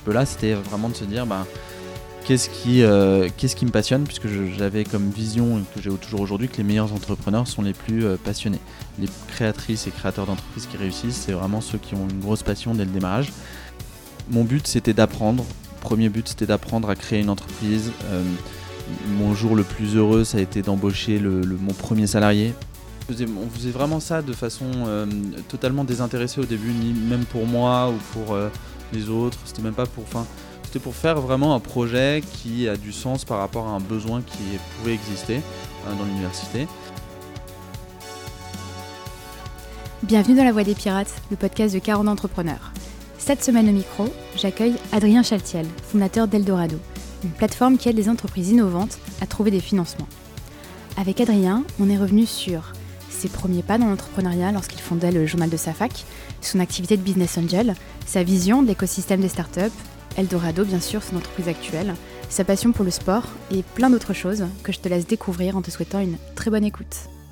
peu là, c'était vraiment de se dire qu'est-ce qui me passionne, puisque j'avais comme vision, que j'ai toujours aujourd'hui, que les meilleurs entrepreneurs sont les plus passionnés. Les créatrices et créateurs d'entreprises qui réussissent, c'est vraiment ceux qui ont une grosse passion dès le démarrage. Mon but, c'était d'apprendre. Premier but, c'était d'apprendre à créer une entreprise. Mon jour le plus heureux, ça a été d'embaucher mon premier salarié. On faisait vraiment ça de façon totalement désintéressée au début, ni même pour moi ou pour les autres. C'était pour faire vraiment un projet qui a du sens par rapport à un besoin qui pouvait exister dans l'université. Bienvenue dans La Voix des Pirates, le podcast de 40 entrepreneurs. Cette semaine au micro, j'accueille Adrien Chaltiel, fondateur d'Eldorado, une plateforme qui aide les entreprises innovantes à trouver des financements. Avec Adrien, on est revenu sur ses premiers pas dans l'entrepreneuriat lorsqu'il fondait le journal de sa fac, son activité de business angel, sa vision de l'écosystème des startups, Eldorado bien sûr, son entreprise actuelle, sa passion pour le sport et plein d'autres choses que je te laisse découvrir en te souhaitant une très bonne écoute.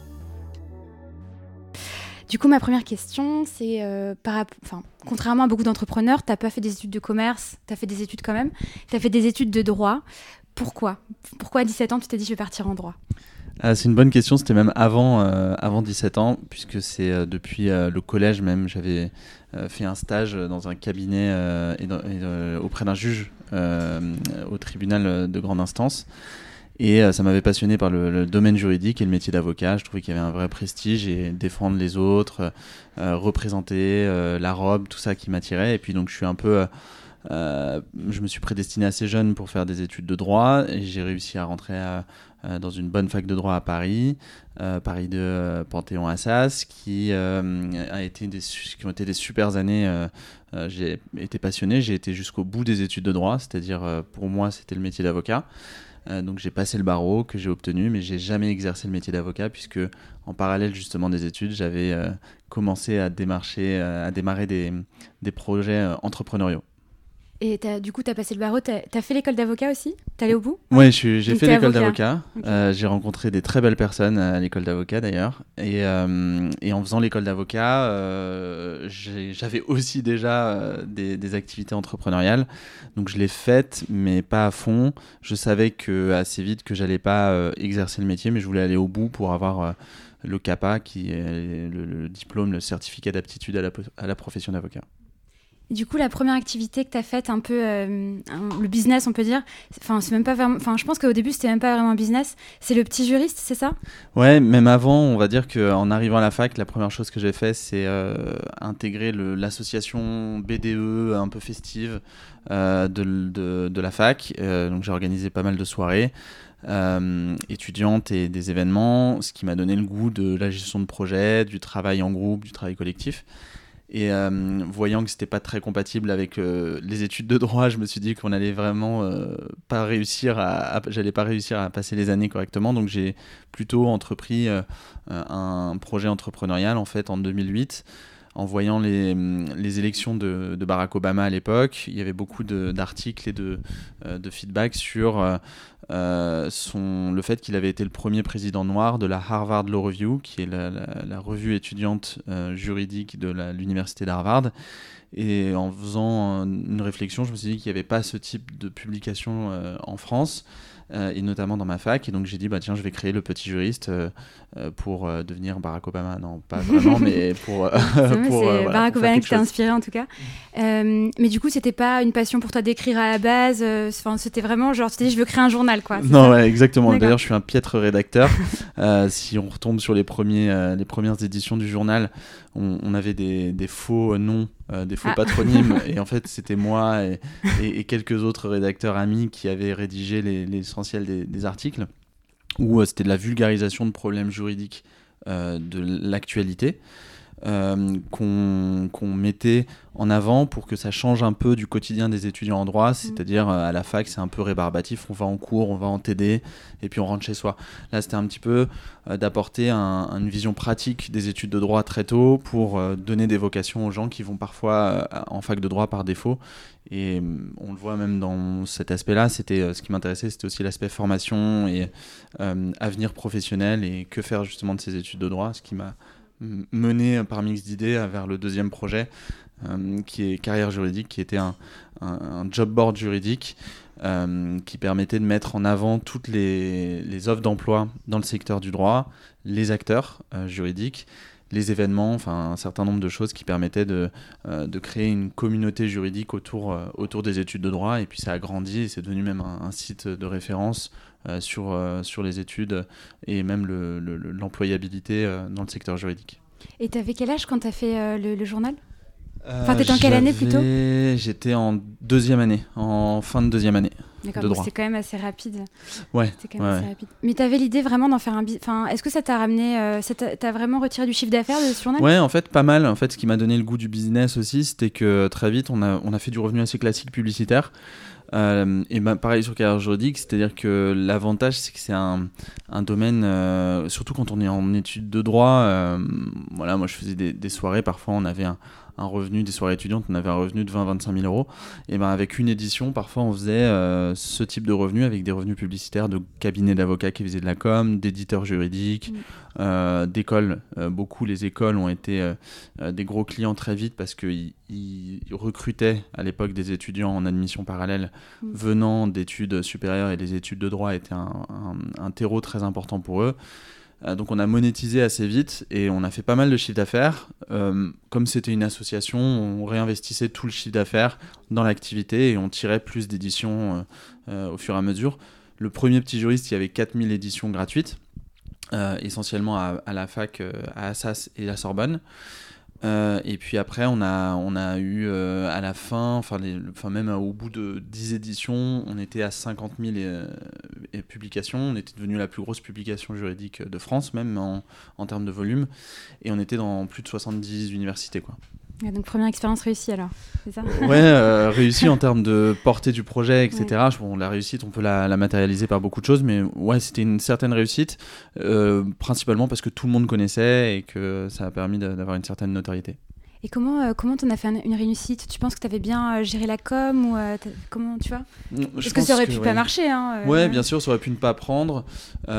Du coup, ma première question, c'est contrairement à beaucoup d'entrepreneurs, tu n'as pas fait des études de commerce, tu as fait des études quand même, tu as fait des études de droit. Pourquoi à 17 ans, tu t'es dit je vais partir en droit ? C'est une bonne question, c'était même avant 17 ans, puisque c'est depuis le collège même, j'avais fait un stage dans un cabinet auprès d'un juge au tribunal de grande instance. Et ça m'avait passionné par le domaine juridique et le métier d'avocat. Je trouvais qu'il y avait un vrai prestige et défendre les autres, représenter la robe, tout ça qui m'attirait. Et puis donc je me suis prédestiné assez jeune pour faire des études de droit et j'ai réussi à rentrer dans une bonne fac de droit à Paris, Paris 2, Panthéon-Assas, qui ont été des super années. J'ai été passionné, j'ai été jusqu'au bout des études de droit, c'est-à-dire pour moi c'était le métier d'avocat. Donc j'ai passé le barreau que j'ai obtenu, mais j'ai jamais exercé le métier d'avocat puisque en parallèle justement des études, j'avais commencé à démarrer des projets entrepreneuriaux. Et du coup, tu as passé le barreau, tu as fait l'école d'avocat aussi ? Tu es allé au bout ? Oui, j'ai fait l'école avocat. d'avocat. Okay. J'ai rencontré des très belles personnes à l'école d'avocat d'ailleurs. Et en faisant l'école d'avocat, j'avais aussi déjà des activités entrepreneuriales. Donc je l'ai faite, mais pas à fond. Je savais assez vite que j'allais pas exercer le métier, mais je voulais aller au bout pour avoir le CAPA, qui est le diplôme, le certificat d'aptitude à la profession d'avocat. Du coup, la première activité que tu as faite, un peu le business, on peut dire, c'est même pas vraiment, je pense qu'au début, c'était même pas vraiment un business, c'est le petit juriste, c'est ça ? Ouais, même avant, on va dire qu'en arrivant à la fac, la première chose que j'ai fait, c'est intégrer l'association BDE un peu festive de la fac. Donc j'ai organisé pas mal de soirées étudiantes et des événements, ce qui m'a donné le goût de la gestion de projet, du travail en groupe, du travail collectif. Et voyant que c'était pas très compatible avec les études de droit, je me suis dit qu'on allait vraiment j'allais pas réussir à passer les années correctement. Donc j'ai plutôt entrepris un projet entrepreneurial en fait en 2008. En voyant les élections de Barack Obama à l'époque, il y avait beaucoup d'articles et de feedback sur le fait qu'il avait été le premier président noir de la Harvard Law Review, qui est la revue étudiante juridique de l'université d'Harvard. Et en faisant une réflexion, je me suis dit qu'il n'y avait pas ce type de publication en France, et notamment dans ma fac. Et donc j'ai dit, tiens, je vais créer le petit juriste pour devenir Barack Obama. Non, pas vraiment, mais pour... c'est Barack Obama qui t'a inspiré en tout cas. Mais du coup, c'était pas une passion pour toi d'écrire à la base. C'était vraiment genre, tu t'es dit, je veux créer un journal, quoi. Non, ouais, exactement. D'accord. D'ailleurs, je suis un piètre rédacteur. Si on retombe sur les premières éditions du journal, on avait des faux noms, des faux patronymes. Et en fait, c'était moi et quelques autres rédacteurs amis qui avaient rédigé l'essentiel des articles, où c'était de la vulgarisation de problèmes juridiques de l'actualité. Qu'on mettait en avant pour que ça change un peu du quotidien des étudiants en droit, c'est-à-dire à la fac c'est un peu rébarbatif, on va en cours, on va en TD et puis on rentre chez soi. Là c'était un petit peu d'apporter une vision pratique des études de droit très tôt pour donner des vocations aux gens qui vont parfois en fac de droit par défaut. Et on le voit même dans cet aspect-là, ce qui m'intéressait, c'était aussi l'aspect formation et avenir professionnel et que faire justement de ces études de droit, ce qui m'a mené par Mix d'idées vers le deuxième projet, qui est Carrière juridique, qui était un job board juridique qui permettait de mettre en avant toutes les offres d'emploi dans le secteur du droit, les acteurs juridiques, les événements, enfin un certain nombre de choses qui permettaient de créer une communauté juridique autour des études de droit. Et puis ça a grandi et c'est devenu même un site de référence sur les études et même l'employabilité dans le secteur juridique. Et tu avais quel âge quand tu as fait le journal ? Enfin, t'étais en quelle année plutôt ? J'étais en deuxième année, en fin de deuxième année. D'accord, de donc droit. c'est quand même assez rapide. Ouais. C'était quand même assez rapide. Mais t'avais l'idée vraiment d'en faire un enfin, est-ce que ça t'a ramené, t'as vraiment retiré du chiffre d'affaires de ce journal ? Ouais, en fait, pas mal. En fait, ce qui m'a donné le goût du business aussi, c'était que très vite, on a fait du revenu assez classique publicitaire. Et pareil sur Carrière juridique, c'est-à-dire que l'avantage, c'est que c'est un domaine, surtout quand on est en études de droit. Voilà, moi, je faisais des soirées. Parfois, on avait un revenu, des soirées étudiantes, on avait un revenu de 20-25 000 euros. Et avec une édition, parfois, on faisait ce type de revenus avec des revenus publicitaires de cabinets d'avocats qui faisaient de la com, d'éditeurs juridiques, d'écoles. Beaucoup, les écoles ont été des gros clients très vite parce qu'ils recrutaient à l'époque des étudiants en admission parallèle venant d'études supérieures, et les études de droit étaient un terreau très important pour eux. Donc on a monétisé assez vite et on a fait pas mal de chiffre d'affaires. Comme c'était une association, on réinvestissait tout le chiffre d'affaires dans l'activité et on tirait plus d'éditions au fur et à mesure. Le premier petit juriste, il y avait 4000 éditions gratuites, essentiellement à la fac, à Assas et la Sorbonne. Et puis après, on a eu à la fin, même au bout de 10 éditions, on était à 50 000 publications. On était devenu la plus grosse publication juridique de France, même en termes de volume. Et on était dans plus de 70 universités, quoi. Ouais, donc première expérience réussie alors, c'est ça ? Ouais, réussie en termes de portée du projet, etc. Ouais. Bon, la réussite, on peut la matérialiser par beaucoup de choses, mais ouais, c'était une certaine réussite, principalement parce que tout le monde connaissait et que ça a permis d'avoir une certaine notoriété. Et comment t'en as fait une réussite ? Tu penses que t'avais bien géré la com ou comment, tu vois ? Est-ce que ça aurait pu pas marcher, hein, Ouais, bien sûr, ça aurait pu ne pas prendre.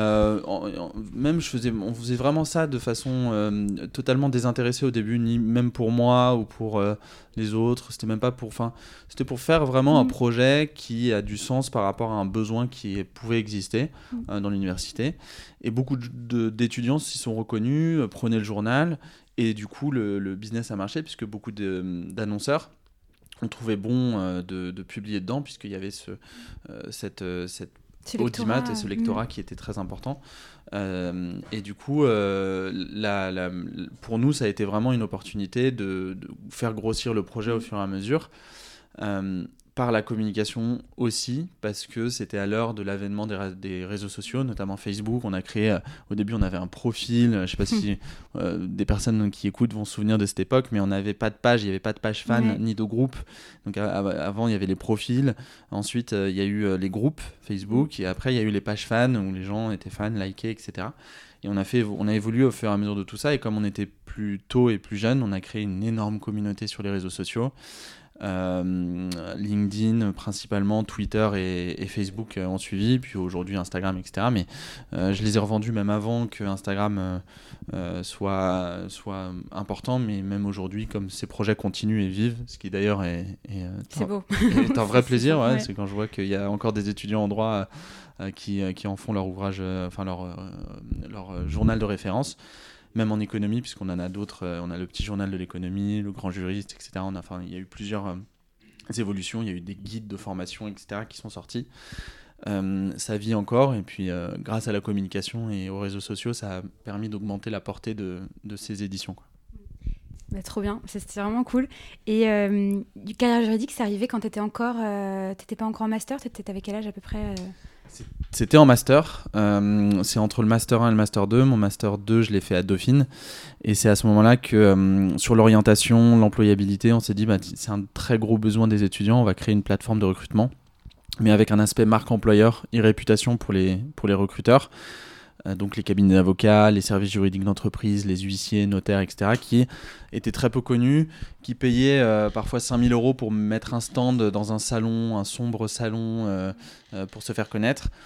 Même on faisait vraiment ça de façon totalement désintéressée au début, ni même pour moi ou pour les autres. C'était même pas c'était pour faire vraiment un projet qui a du sens par rapport à un besoin qui pouvait exister dans l'université. Et beaucoup d'étudiants s'y sont reconnus, prenaient le journal. Et du coup, le business a marché puisque beaucoup d'annonceurs ont trouvé bon de publier dedans, puisqu'il y avait cette audimat et ce lectorat qui était très important. Et du coup, pour nous, ça a été vraiment une opportunité de faire grossir le projet au fur et à mesure. Par la communication aussi, parce que c'était à l'heure de l'avènement des réseaux sociaux, notamment Facebook. On a créé, au début on avait un profil, je ne sais pas si des personnes qui écoutent vont se souvenir de cette époque, mais on n'avait pas de page, il n'y avait pas de page fan ni de groupe. Donc avant il y avait les profils, ensuite il y a eu les groupes Facebook, et après il y a eu les pages fans où les gens étaient fans, likaient, etc. Et on a évolué au fur et à mesure de tout ça, et comme on était plus tôt et plus jeune, on a créé une énorme communauté sur les réseaux sociaux. LinkedIn principalement, Twitter et Facebook ont suivi, puis aujourd'hui Instagram, etc. Mais je les ai revendus même avant que Instagram soit important, mais même aujourd'hui, comme ces projets continuent et vivent, ce qui d'ailleurs est un vrai plaisir, ouais. C'est quand je vois qu'il y a encore des étudiants en droit qui en font leur ouvrage, leur journal de référence. Même en économie, puisqu'on en a d'autres, on a le petit journal de l'économie, le grand juriste, etc. Il y a eu plusieurs évolutions, il y a eu des guides de formation, etc. qui sont sortis. Ça vit encore, et puis grâce à la communication et aux réseaux sociaux, ça a permis d'augmenter la portée de ces éditions, quoi. Bah, trop bien, c'était vraiment cool. Et du Carrière juridique, c'est arrivé quand t'étais pas encore en master, t'avais quel âge à peu près C'était en master, c'est entre le master 1 et le master 2. Mon master 2, je l'ai fait à Dauphine, et c'est à ce moment-là que sur l'orientation, l'employabilité, on s'est dit c'est un très gros besoin des étudiants, on va créer une plateforme de recrutement, mais avec un aspect marque employeur et réputation pour les recruteurs. Donc les cabinets d'avocats, les services juridiques d'entreprise, les huissiers, notaires, etc., qui étaient très peu connus, qui payaient parfois 5 000 € pour mettre un stand dans un salon, un sombre salon, pour se faire connaître.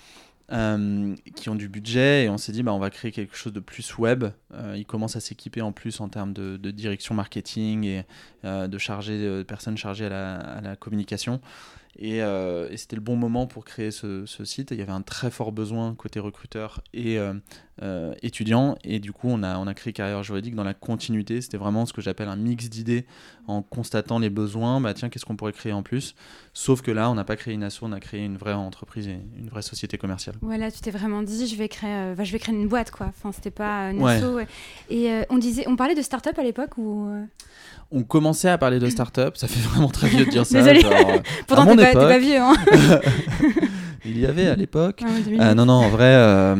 qui ont du budget, et on s'est dit on va créer quelque chose de plus web. Ils commencent à s'équiper en plus en termes de direction marketing et de personnes chargées à la communication. Et c'était le bon moment pour créer ce site. Il y avait un très fort besoin côté recruteur et étudiant, et du coup on a créé Carrière Juridique dans la continuité. C'était vraiment ce que j'appelle un mix d'idées, en constatant les besoins. Tiens, qu'est-ce qu'on pourrait créer en plus? Sauf que là, on n'a pas créé une asso, on a créé une vraie entreprise et une vraie société commerciale. Voilà, tu t'es vraiment dit, je vais créer une boîte, quoi. Enfin, c'était pas une asso. Ouais. Et on parlait de start-up à l'époque ou On commençait à parler de start-up. Ça fait vraiment très vieux de dire ça. Désolée. Pourtant, t'es pas vieux, hein. Il y avait à l'époque. Non, en vrai,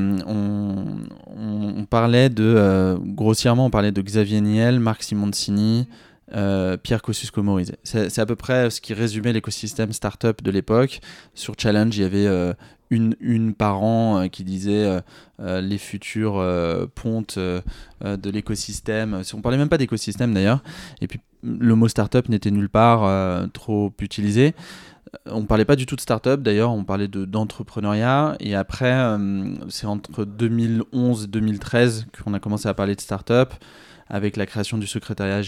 on parlait grossièrement, on parlait de Xavier Niel, Marc Simoncini, Pierre Kosciusko-Morizet. C'est à peu près ce qui résumait l'écosystème startup de l'époque. Sur Challenge, il y avait une par an qui disait les futures pontes de l'écosystème. On parlait même pas d'écosystème d'ailleurs. Et puis le mot startup n'était nulle part trop utilisé. On parlait pas du tout de start-up, d'ailleurs, on parlait d'entrepreneuriat. Et après, c'est entre 2011 et 2013 qu'on a commencé à parler de start-up, avec la création du secrétariat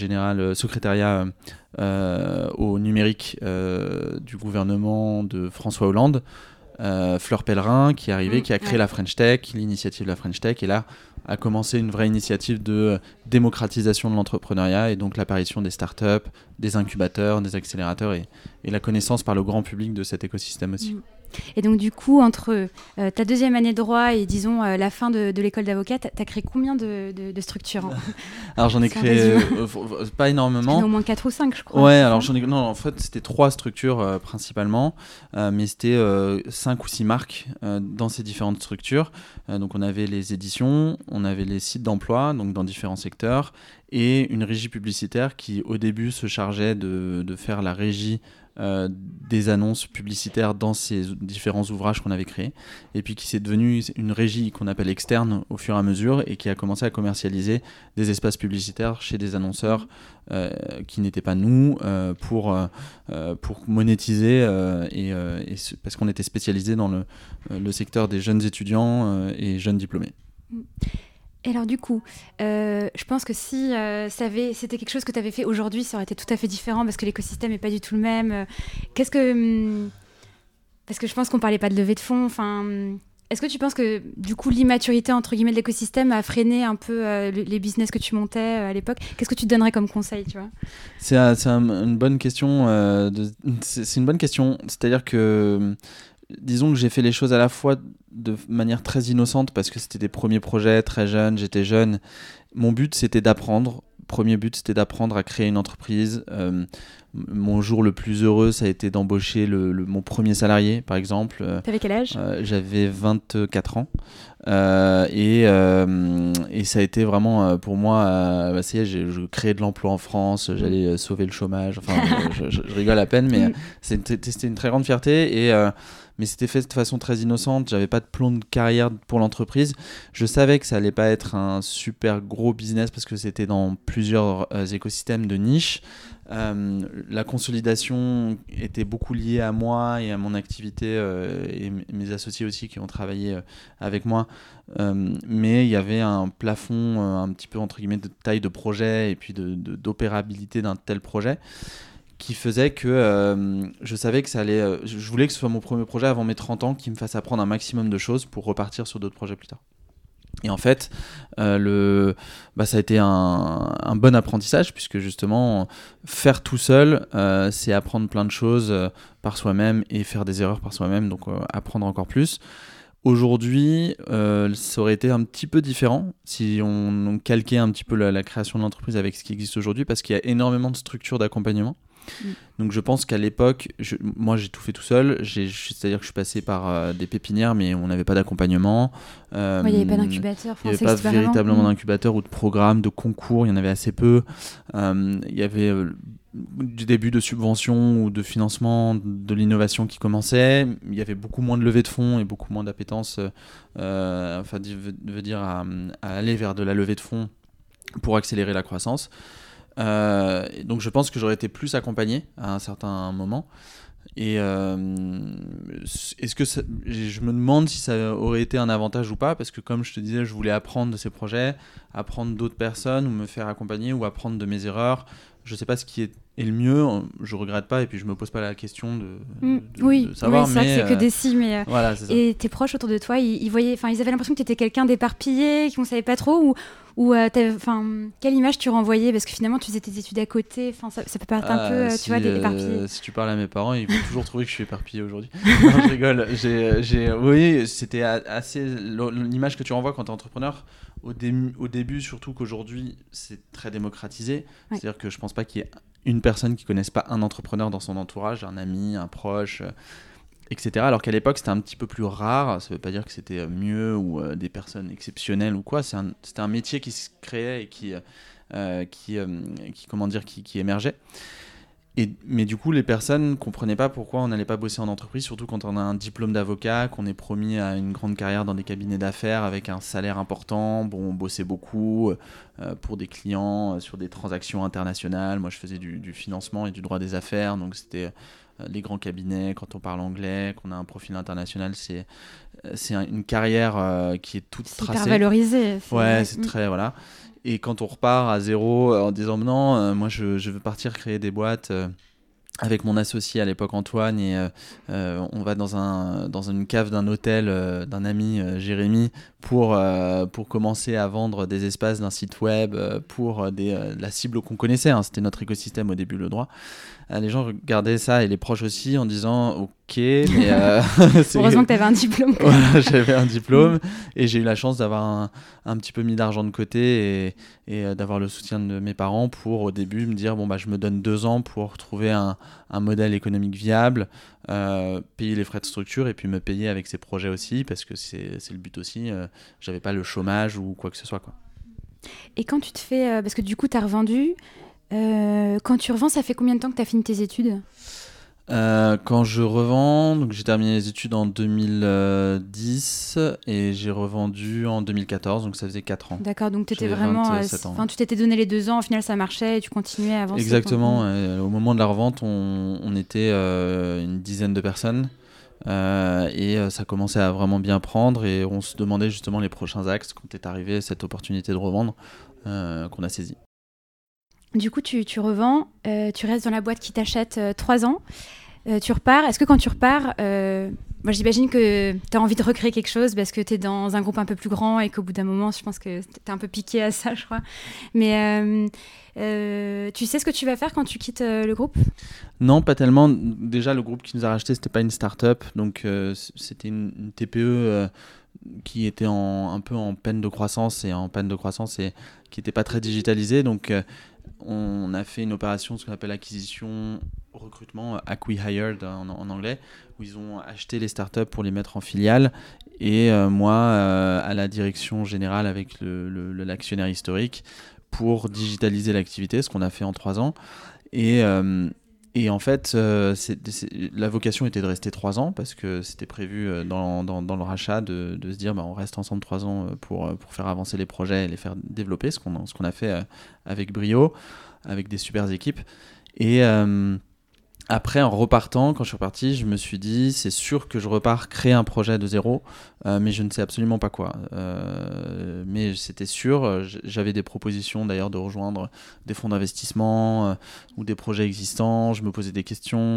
au numérique du gouvernement de François Hollande. Fleur Pellerin qui est arrivée, qui a créé la French Tech, l'initiative de la French Tech, et là a commencé une vraie initiative de démocratisation de l'entrepreneuriat, et donc l'apparition des startups, des incubateurs, des accélérateurs, et la connaissance par le grand public de cet écosystème aussi. Et donc du coup, entre ta deuxième année de droit et disons la fin de l'école d'avocat, tu as créé combien de structures? Alors j'en ai créé pas énormément. Au moins 4 ou 5, je crois. Ouais, alors non, en fait c'était 3 structures principalement, mais c'était 5 ou 6 marques dans ces différentes structures. Donc on avait les éditions, on avait les sites d'emploi, donc dans différents secteurs, et une régie publicitaire qui au début se chargeait de faire la régie des annonces publicitaires dans ces différents ouvrages qu'on avait créés, et puis qui s'est devenue une régie qu'on appelle externe au fur et à mesure, et qui a commencé à commercialiser des espaces publicitaires chez des annonceurs qui n'étaient pas nous, pour monétiser, parce qu'on était spécialisé dans le secteur des jeunes étudiants et jeunes diplômés. Et alors du coup, je pense que si c'était quelque chose que tu avais fait aujourd'hui, ça aurait été tout à fait différent, parce que l'écosystème n'est pas du tout le même. Parce que je pense qu'on ne parlait pas de levée de fonds. Est-ce que tu penses que du coup l'immaturité entre guillemets de l'écosystème a freiné un peu les business que tu montais à l'époque? Qu'est-ce que tu te donnerais comme conseil, tu vois? C'est une bonne question. C'est une bonne question. C'est-à-dire que disons que j'ai fait les choses à la fois de manière très innocente, parce que c'était des premiers projets, très jeunes, j'étais jeune. Mon but, c'était d'apprendre. Premier but, c'était d'apprendre à créer une entreprise. Mon jour le plus heureux, ça a été d'embaucher mon premier salarié, par exemple. T'avais quel âge? J'avais 24 ans. Et ça a été vraiment pour moi, ça y est, je créais de l'emploi en France, j'allais sauver le chômage. Enfin, je rigole à peine, mais c'était une très grande fierté. Mais c'était fait de façon très innocente, j'avais pas de plan de carrière pour l'entreprise. Je savais que ça allait pas être un super gros business, parce que c'était dans plusieurs écosystèmes de niche. La consolidation était beaucoup liée à moi et à mon activité, et mes associés aussi qui ont travaillé avec moi. Mais il y avait un plafond un petit peu entre guillemets de taille de projet, et puis d'opérabilité d'un tel projet, qui faisait que je savais que ça allait. Je voulais que ce soit mon premier projet avant mes 30 ans, qui me fasse apprendre un maximum de choses pour repartir sur d'autres projets plus tard. Et en fait, ça a été un bon apprentissage, puisque justement, faire tout seul, c'est apprendre plein de choses par soi-même et faire des erreurs par soi-même, donc apprendre encore plus. Aujourd'hui, ça aurait été un petit peu différent si on calquait un petit peu la création de l'entreprise avec ce qui existe aujourd'hui, parce qu'il y a énormément de structures d'accompagnement. Donc je pense qu'à l'époque, moi j'ai tout fait tout seul, c'est-à-dire que je suis passé par des pépinières, mais on n'avait pas d'accompagnement. Il n'y avait pas d'incubateur. Il n'y avait pas véritablement d'incubateur ou de programme, de concours, il y en avait assez peu. Il y avait du début de subventions ou de financement de l'innovation qui commençait. Il y avait beaucoup moins de levée de fonds et beaucoup moins d'appétence à aller vers de la levée de fonds pour accélérer la croissance. Donc je pense que j'aurais été plus accompagné à un certain moment. Et est-ce que je me demande si ça aurait été un avantage ou pas, parce que comme je te disais, je voulais apprendre de ces projets, apprendre d'autres personnes ou me faire accompagner ou apprendre de mes erreurs. Je sais pas ce qui est le mieux, je regrette pas et puis je me pose pas la question de savoir. Oui, c'est vrai que c'est que des si, mais voilà, c'est ça. Et tes proches autour de toi, ils voyaient, enfin, ils avaient l'impression que tu étais quelqu'un d'éparpillé, qu'on savait pas trop, ou quelle image tu renvoyais, parce que finalement tu faisais tes études à côté, enfin ça peut paraître un peu, tu vois, éparpillé. Si tu parles à mes parents, ils vont toujours trouver que je suis éparpillé aujourd'hui. Non, je rigole. Oui, c'était assez l'image que tu renvoies quand tu es entrepreneur. Au début, surtout qu'aujourd'hui, c'est très démocratisé. Ouais. C'est-à-dire que je pense pas qu'il y ait une personne qui connaisse pas un entrepreneur dans son entourage, un ami, un proche, etc. Alors qu'à l'époque, c'était un petit peu plus rare. Ça veut pas dire que c'était mieux ou des personnes exceptionnelles ou quoi. C'était un métier qui se créait et qui émergeait. Mais du coup, les personnes comprenaient pas pourquoi on n'allait pas bosser en entreprise, surtout quand on a un diplôme d'avocat, qu'on est promis à une grande carrière dans des cabinets d'affaires avec un salaire important. Bon, on bossait beaucoup pour des clients sur des transactions internationales. Moi, je faisais du financement et du droit des affaires, donc c'était les grands cabinets. Quand on parle anglais, qu'on a un profil international, c'est une carrière qui est toute tracée. C'est hyper valorisé. C'est très, voilà. Et quand on repart à zéro en disant non, moi je veux partir créer des boîtes avec mon associé à l'époque Antoine et on va dans une cave d'un hôtel d'un ami Jérémy pour commencer à vendre des espaces d'un site web pour la cible qu'on connaissait, hein, c'était notre écosystème au début, le droit. Les gens regardaient ça et les proches aussi en disant ok, mais heureusement que tu avais un diplôme. Voilà, j'avais un diplôme et j'ai eu la chance d'avoir un petit peu mis d'argent de côté et d'avoir le soutien de mes parents pour au début me dire je me donne 2 ans pour trouver un modèle économique viable, payer les frais de structure et puis me payer avec ces projets aussi, parce que c'est le but aussi. J'avais pas le chômage ou quoi que ce soit, quoi. Et quand tu te fais parce que du coup tu as revendu, quand tu revends, ça fait combien de temps que tu as fini tes études ? Quand je revends, donc j'ai terminé les études en 2010 et j'ai revendu en 2014, donc ça faisait 4 ans. D'accord, donc tu étais vraiment, tu t'étais donné les 2 ans, au final ça marchait et tu continuais à avancer. Exactement, au moment de la revente, on était une dizaine de personnes et ça commençait à vraiment bien prendre et on se demandait justement les prochains axes quand est arrivée cette opportunité de revendre qu'on a saisie. Du coup, tu revends, tu restes dans la boîte qui t'achète 3 ans, tu repars. Est-ce que quand tu repars, moi j'imagine que tu as envie de recréer quelque chose parce que tu es dans un groupe un peu plus grand et qu'au bout d'un moment, je pense que tu es un peu piqué à ça, je crois. Mais tu sais ce que tu vas faire quand tu quittes le groupe ? Non, pas tellement. Déjà, le groupe qui nous a racheté, c'était pas une start-up, donc c'était une TPE qui était un peu en peine de croissance et qui n'était pas très digitalisée. Donc, on a fait une opération, ce qu'on appelle acquisition, recrutement, acqui-hired en anglais, où ils ont acheté les startups pour les mettre en filiale. Et moi, à la direction générale avec l'actionnaire historique, pour digitaliser l'activité, ce qu'on a fait en 3 ans. Et en fait, la vocation était de rester 3 ans parce que c'était prévu dans le rachat de se dire on reste ensemble 3 ans pour faire avancer les projets et les faire développer, ce qu'on a fait avec brio, avec des super équipes. Et après, en repartant, quand je suis reparti, je me suis dit c'est sûr que je repars créer un projet de zéro, mais je ne sais absolument pas quoi. Mais c'était sûr, j'avais des propositions d'ailleurs de rejoindre des fonds d'investissement ou des projets existants, je me posais des questions.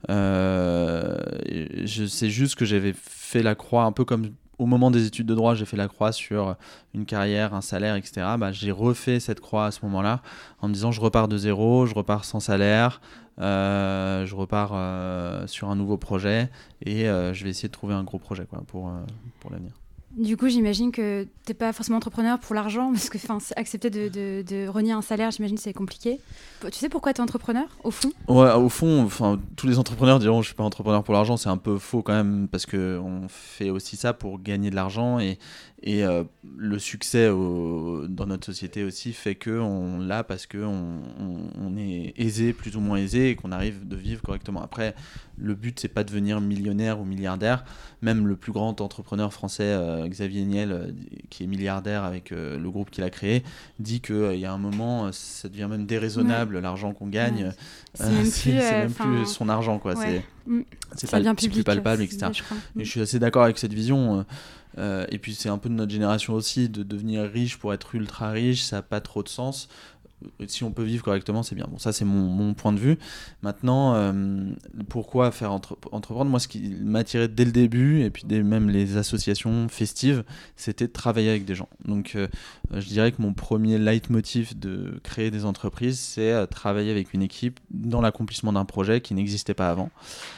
Je sais juste que j'avais fait la croix, un peu comme au moment des études de droit, j'ai fait la croix sur une carrière, un salaire, etc. J'ai refait cette croix à ce moment-là en me disant je repars de zéro, je repars sans salaire. Je repars sur un nouveau projet et je vais essayer de trouver un gros projet pour l'avenir. Du coup, j'imagine que tu n'es pas forcément entrepreneur pour l'argent, parce que accepter de renier un salaire, j'imagine que c'est compliqué. Tu sais pourquoi tu es entrepreneur, au fond ? Ouais, au fond, tous les entrepreneurs diront je ne suis pas entrepreneur pour l'argent, c'est un peu faux quand même, parce qu'on fait aussi ça pour gagner de l'argent et Et le succès dans notre société aussi fait qu'on l'a parce qu'on est aisé, plus ou moins aisé, et qu'on arrive de vivre correctement. Après, le but, c'est pas de devenir millionnaire ou milliardaire. Même le plus grand entrepreneur français, Xavier Niel, qui est milliardaire avec le groupe qu'il a créé, dit qu'il y a un moment, ça devient même déraisonnable, l'argent qu'on gagne. Ouais. C'est même plus son argent, quoi. Ouais. C'est plus palpable, etc. Et je suis assez d'accord avec cette vision. Et puis c'est un peu de notre génération aussi, de devenir riche pour être ultra riche, ça n'a pas trop de sens. Si on peut vivre correctement, c'est bien. Bon, ça c'est mon point de vue. Maintenant, pourquoi faire entreprendre ? Moi, ce qui m'attirait dès le début, et puis même les associations festives, c'était de travailler avec des gens. Donc je dirais que mon premier leitmotiv de créer des entreprises, c'est travailler avec une équipe dans l'accomplissement d'un projet qui n'existait pas avant.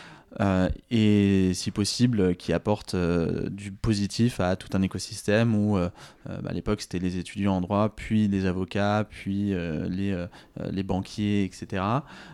Et si possible qui apporte du positif à tout un écosystème où à l'époque c'était les étudiants en droit, puis les avocats, puis les banquiers, etc.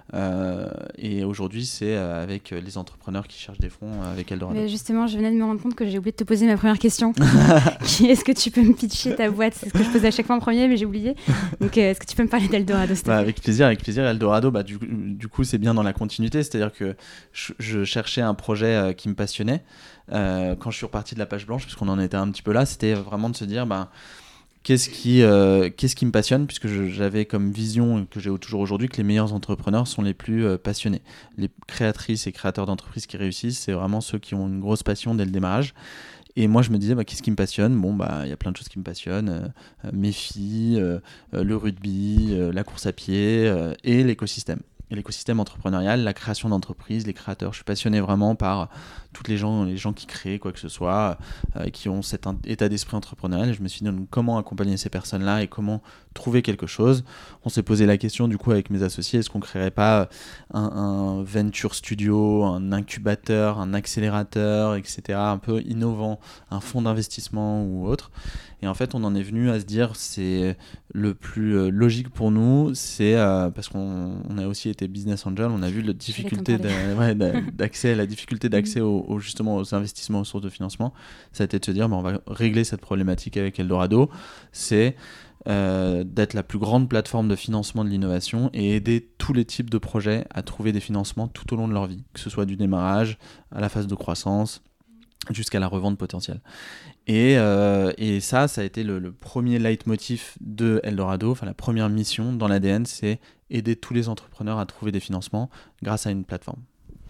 Et aujourd'hui c'est avec les entrepreneurs qui cherchent des fonds avec Eldorado. Mais justement, je venais de me rendre compte que j'ai oublié de te poser ma première question. Est-ce que tu peux me pitcher ta boîte ? C'est ce que je pose à chaque fois en premier, mais j'ai oublié. Donc est-ce que tu peux me parler d'Eldorado, s'il te plaît ? Avec plaisir. Eldorado, du coup c'est bien dans la continuité, c'est-à-dire que je cherchais un projet qui me passionnait. Quand je suis reparti de la page blanche, puisqu'on en était un petit peu là, c'était vraiment de se dire qu'est-ce qui me passionne, puisque j'avais comme vision, que j'ai toujours aujourd'hui, que les meilleurs entrepreneurs sont les plus passionnés. Les créatrices et créateurs d'entreprises qui réussissent, c'est vraiment ceux qui ont une grosse passion dès le démarrage. Et moi, je me disais, qu'est-ce qui me passionne ? Y a plein de choses qui me passionnent. Mes filles, le rugby, la course à pied et l'écosystème. Et l'écosystème entrepreneurial, la création d'entreprises, les créateurs. Je suis passionné vraiment par tous les gens qui créent quoi que ce soit, qui ont cet état d'esprit entrepreneurial. Et je me suis dit comment accompagner ces personnes-là et comment trouver quelque chose. On s'est posé la question du coup avec mes associés, est-ce qu'on ne créerait pas un venture studio, un incubateur, un accélérateur, etc., un peu innovant, un fonds d'investissement ou autre. Et en fait, on en est venu à se dire, c'est le plus logique pour nous, c'est parce qu'on a aussi été business angel, on a vu la difficulté d'accès, justement aux investissements, aux sources de financement. Ça a été de se dire, on va régler cette problématique avec Eldorado. C'est d'être la plus grande plateforme de financement de l'innovation et aider tous les types de projets à trouver des financements tout au long de leur vie, que ce soit du démarrage à la phase de croissance, jusqu'à la revente potentielle. Et ça a été le premier leitmotiv de Eldorado, enfin la première mission dans l'ADN, c'est aider tous les entrepreneurs à trouver des financements grâce à une plateforme.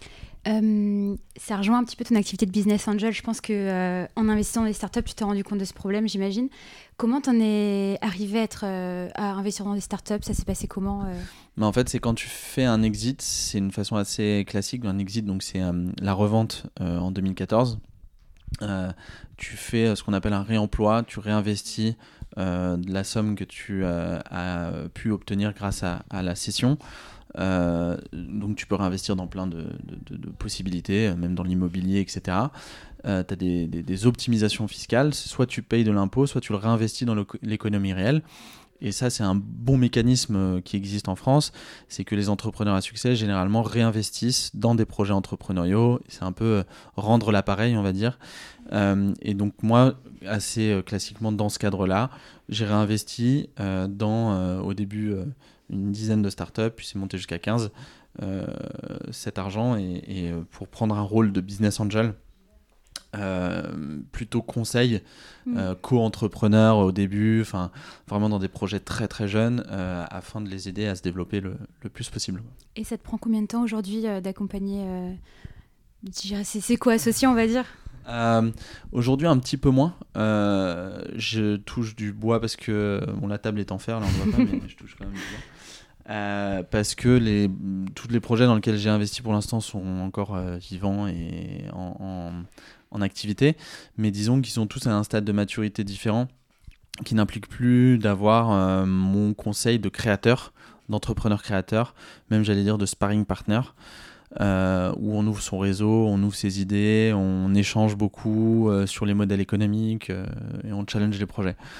Ça rejoint un petit peu ton activité de business angel. Je pense qu'en investissant dans les startups, tu t'es rendu compte de ce problème, j'imagine. Comment t'en es arrivé à investir dans des startups ? Ça s'est passé comment En fait, c'est quand tu fais un exit, c'est une façon assez classique. Un exit, donc c'est la revente en 2014. Tu fais ce qu'on appelle un réemploi, tu réinvestis de la somme que tu as pu obtenir grâce à la cession. Donc tu peux réinvestir dans plein de possibilités, même dans l'immobilier, etc. Tu as des optimisations fiscales, soit tu payes de l'impôt, soit tu le réinvestis dans l'économie réelle. Et ça, c'est un bon mécanisme qui existe en France, c'est que les entrepreneurs à succès, généralement, réinvestissent dans des projets entrepreneuriaux. C'est un peu rendre l'appareil, on va dire. Et donc, moi, assez classiquement, dans ce cadre-là, j'ai réinvesti au début, une dizaine de startups, puis c'est monté jusqu'à 15, cet argent, et pour prendre un rôle de business angel, plutôt conseil, co-entrepreneur au début, vraiment dans des projets très très jeunes, afin de les aider à se développer le plus possible. Et ça te prend combien de temps aujourd'hui d'accompagner c'est co-associé, on va dire? Aujourd'hui un petit peu moins. Je touche du bois parce que la table est en fer, là on ne voit pas, mais je touche quand même du bois. Parce que tous les projets dans lesquels j'ai investi pour l'instant sont encore vivants et en activité, mais disons qu'ils sont tous à un stade de maturité différent qui n'implique plus d'avoir mon conseil de créateur, d'entrepreneur créateur, même j'allais dire de sparring partner, où on ouvre son réseau, on ouvre ses idées, on échange beaucoup sur les modèles économiques et on challenge les projets.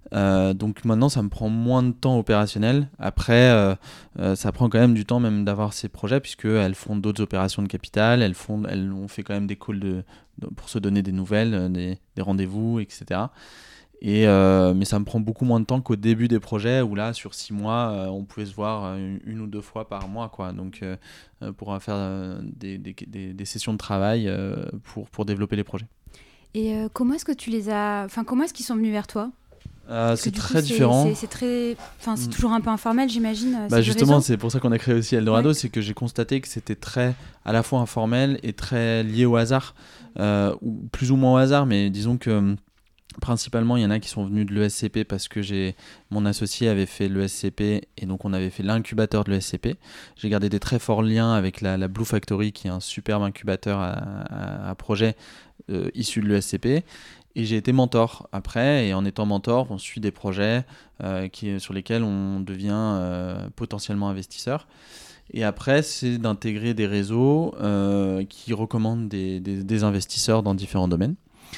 Donc maintenant, ça me prend moins de temps opérationnel. Après, ça prend quand même du temps même d'avoir ces projets, puisqu'elles font d'autres opérations de capital, elles ont fait quand même des calls pour se donner des nouvelles, des rendez-vous, etc. Mais ça me prend beaucoup moins de temps qu'au début des projets, où là, sur 6 mois, on pouvait se voir une ou deux fois par mois, quoi. Donc, pour faire des sessions de travail pour développer les projets. Et comment est-ce que comment est-ce qu'ils sont venus vers toi? C'est très différent. C'est toujours un peu informel, j'imagine. Justement, c'est pour ça qu'on a créé aussi Eldorado, c'est que j'ai constaté que c'était très à la fois informel et très lié au hasard, ou plus ou moins au hasard, mais disons que principalement, il y en a qui sont venus de l'ESCP parce que mon associé avait fait l'ESCP et donc on avait fait l'incubateur de l'ESCP. J'ai gardé des très forts liens avec la Blue Factory, qui est un superbe incubateur à projet issu de l'ESCP. Et j'ai été mentor après, et en étant mentor, on suit des projets sur lesquels on devient potentiellement investisseur. Et après, c'est d'intégrer des réseaux qui recommandent des investisseurs dans différents domaines.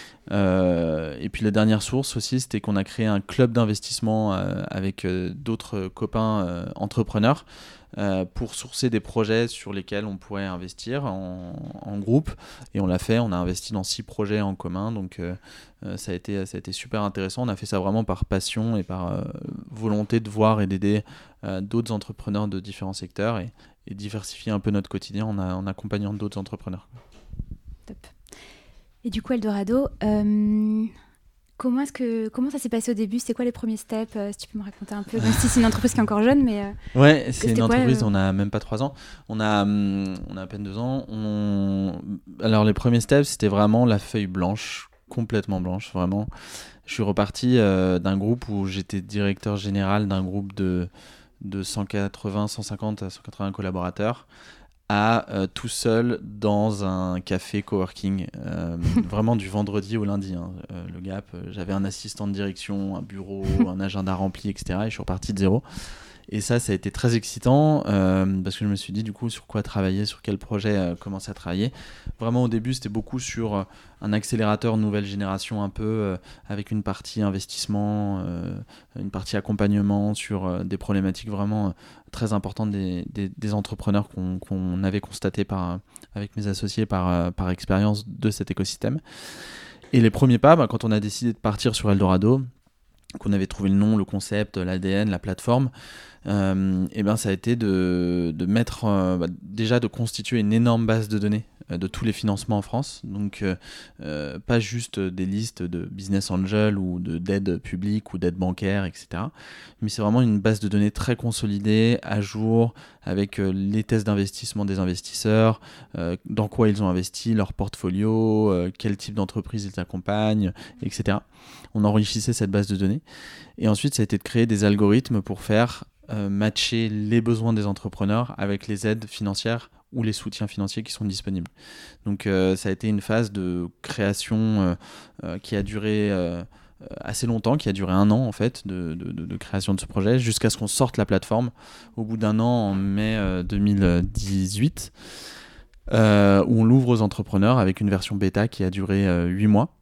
Et puis la dernière source aussi, c'était qu'on a créé un club d'investissement avec d'autres copains entrepreneurs pour sourcer des projets sur lesquels on pourrait investir en groupe. Et on l'a fait, on a investi dans 6 projets en commun, donc ça a été super intéressant. On a fait ça vraiment par passion et par volonté de voir et d'aider d'autres entrepreneurs de différents secteurs et diversifier un peu notre quotidien en accompagnant d'autres entrepreneurs. Top. Et du coup, Eldorado, comment ça s'est passé au début? C'était quoi les premiers steps? Si tu peux me raconter un peu, même si c'est une entreprise qui est encore jeune, mais... Ouais, c'est une entreprise, on a même pas 3 ans. On a à peine 2 ans. Alors, les premiers steps, c'était vraiment la feuille blanche, complètement blanche, vraiment. Je suis reparti d'un groupe où j'étais directeur général d'un groupe de 150 à 180 collaborateurs, tout seul dans un café coworking, vraiment du vendredi au lundi, le Gap. J'avais un assistant de direction, un bureau, un agenda rempli, etc. Et je suis reparti de zéro. Et ça a été très excitant parce que je me suis dit du coup sur quoi travailler, sur quel projet commencer à travailler. Vraiment au début c'était beaucoup sur un accélérateur nouvelle génération un peu avec une partie investissement, une partie accompagnement sur des problématiques vraiment très importantes des entrepreneurs qu'on avait constaté avec mes associés par expérience de cet écosystème. Et les premiers pas, quand on a décidé de partir sur Eldorado, qu'on avait trouvé le nom, le concept, l'ADN, la plateforme, ça a été de mettre, déjà de constituer une énorme base de données de tous les financements en France. Donc, pas juste des listes de business angel ou d'aide publique ou d'aide bancaire, etc. Mais c'est vraiment une base de données très consolidée, à jour, avec les tests d'investissement des investisseurs, dans quoi ils ont investi, leur portfolio, quel type d'entreprise ils accompagnent, etc. On enrichissait cette base de données. Et ensuite, ça a été de créer des algorithmes pour faire matcher les besoins des entrepreneurs avec les aides financières ou les soutiens financiers qui sont disponibles. Donc ça a été une phase de création qui a duré assez longtemps, qui a duré 1 an en fait de création de ce projet, jusqu'à ce qu'on sorte la plateforme au bout d'1 an en mai 2018, où on l'ouvre aux entrepreneurs avec une version bêta qui a duré 8 mois.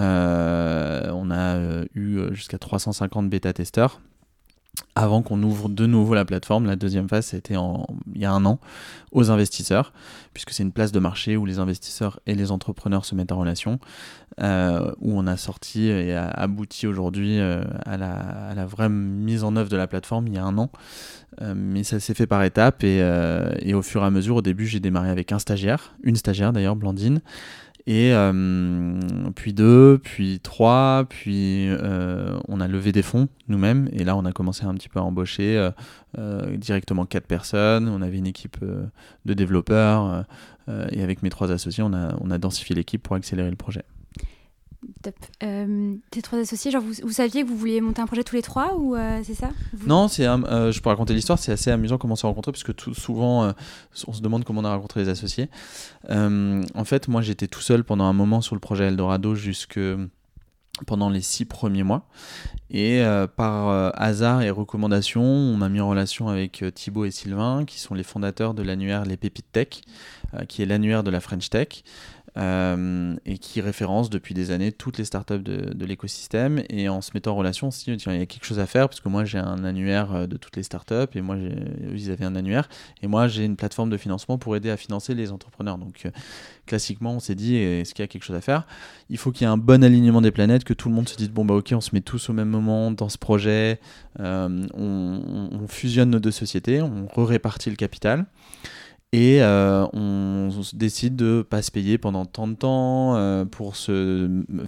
On a eu jusqu'à 350 bêta-testeurs avant qu'on ouvre de nouveau la plateforme. La deuxième phase, c'était il y a 1 an, aux investisseurs, puisque c'est une place de marché où les investisseurs et les entrepreneurs se mettent en relation, où on a sorti et a abouti aujourd'hui à la vraie mise en œuvre de la plateforme il y a 1 an. Mais ça s'est fait par étapes et au fur et à mesure. Au début, j'ai démarré avec une stagiaire d'ailleurs, Blandine, et puis 2, puis 3, puis on a levé des fonds nous-mêmes, et là on a commencé un petit peu à embaucher directement 4 personnes. On avait une équipe de développeurs et avec mes 3 associés on a densifié l'équipe pour accélérer le projet. Top. Tes 3 associés, genre vous saviez que vous vouliez monter un projet tous les 3 ou c'est ça? Non, je peux raconter l'histoire. C'est assez amusant comment on s'est rencontrés, parce que souvent on se demande comment on a rencontré les associés. En fait, moi j'étais tout seul pendant un moment sur le projet Eldorado pendant les 6 premiers mois, et par hasard et recommandation, on m'a mis en relation avec Thibaut et Sylvain, qui sont les fondateurs de l'annuaire Les Pépites Tech, qui est l'annuaire de la French Tech. et qui référence depuis des années toutes les startups de l'écosystème. Et en se mettant en relation, on se dit, tiens, il y a quelque chose à faire, parce que moi j'ai un annuaire de toutes les startups, et moi ils avaient un annuaire, et moi j'ai une plateforme de financement pour aider à financer les entrepreneurs. Donc classiquement, on s'est dit, est-ce qu'il y a quelque chose à faire ? Il faut qu'il y ait un bon alignement des planètes, que tout le monde se dise, bon bah ok, on se met tous au même moment dans ce projet, on fusionne nos deux sociétés, on répartit le capital. Et on décide de ne pas se payer pendant tant de temps pour se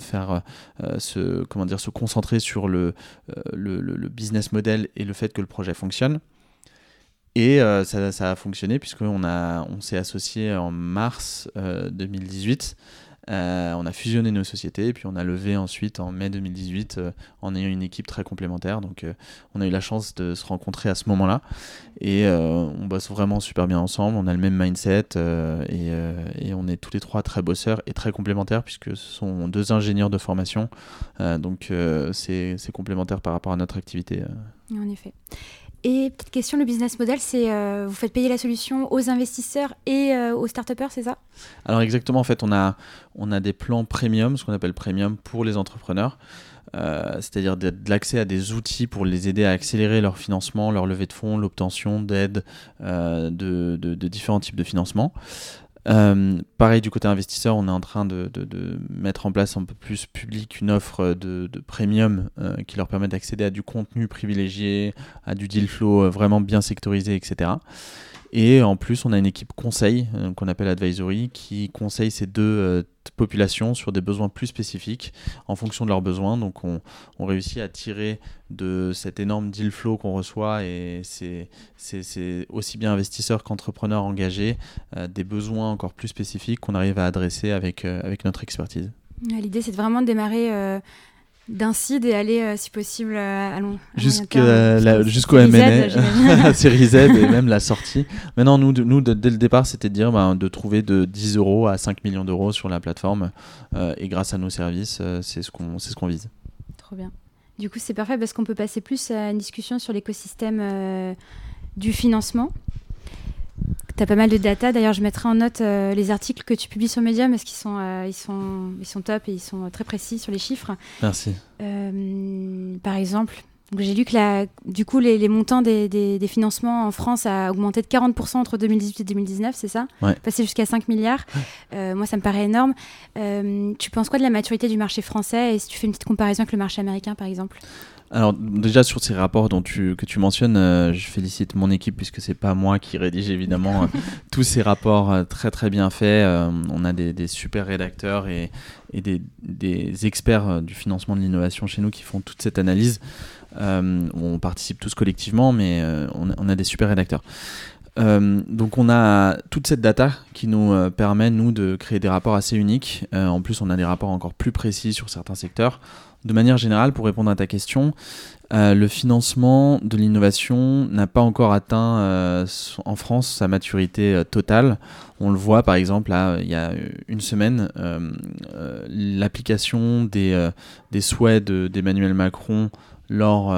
concentrer sur le business model et le fait que le projet fonctionne. Et ça a fonctionné puisqu'on s'est associé en mars 2018. On a fusionné nos sociétés et puis on a levé ensuite en mai 2018 en ayant une équipe très complémentaire. Donc on a eu la chance de se rencontrer à ce moment-là et on bosse vraiment super bien ensemble. On a le même mindset et on est tous les trois très bosseurs et très complémentaires puisque ce sont deux ingénieurs de formation. Donc c'est complémentaire par rapport à notre activité. En effet. Et petite question, le business model, c'est vous faites payer la solution aux investisseurs et aux start-upers, c'est ça ? Alors exactement, en fait, on a des plans premium, ce qu'on appelle premium pour les entrepreneurs, c'est-à-dire de l'accès à des outils pour les aider à accélérer leur financement, leur levée de fonds, l'obtention d'aides de différents types de financement. Pareil du côté investisseur, on est en train de mettre en place un peu plus public une offre de premium qui leur permet d'accéder à du contenu privilégié, à du deal flow vraiment bien sectorisé, etc. Et en plus, on a une équipe conseil qu'on appelle Advisory qui conseille ces deux populations sur des besoins plus spécifiques en fonction de leurs besoins. Donc on réussit à tirer de cet énorme deal flow qu'on reçoit et c'est aussi bien investisseurs qu'entrepreneurs engagés des besoins encore plus spécifiques qu'on arrive à adresser avec notre expertise. L'idée, c'est de vraiment démarrer d'un seed et aller, si possible, jusqu'au M&A, la série Z et même la sortie. Maintenant, nous dès le départ, c'était de dire de trouver de 10 euros à 5 millions d'euros sur la plateforme et grâce à nos services, c'est ce qu'on vise. Trop bien. Du coup, c'est parfait parce qu'on peut passer plus à une discussion sur l'écosystème du financement. Tu as pas mal de data. D'ailleurs, je mettrai en note les articles que tu publies sur Medium parce qu'ils sont top et ils sont très précis sur les chiffres. Merci. Par exemple, donc j'ai lu que du coup, les montants des financements en France a augmenté de 40% entre 2018 et 2019, c'est ça ? Ouais. Passé jusqu'à 5 milliards. Moi, ça me paraît énorme. Tu penses quoi de la maturité du marché français et si tu fais une petite comparaison avec le marché américain, par exemple ? Alors déjà sur ces rapports que tu mentionnes, je félicite mon équipe puisque c'est pas moi qui rédige évidemment tous ces rapports très très bien faits. On a des super rédacteurs et des experts du financement de l'innovation chez nous qui font toute cette analyse. On participe tous collectivement mais on a des super rédacteurs. Donc on a toute cette data qui nous permet nous de créer des rapports assez uniques. En plus on a des rapports encore plus précis sur certains secteurs. De manière générale, pour répondre à ta question, le financement de l'innovation n'a pas encore atteint en France sa maturité totale. On le voit par exemple, là, il y a une semaine, l'application des souhaits d'Emmanuel Macron lors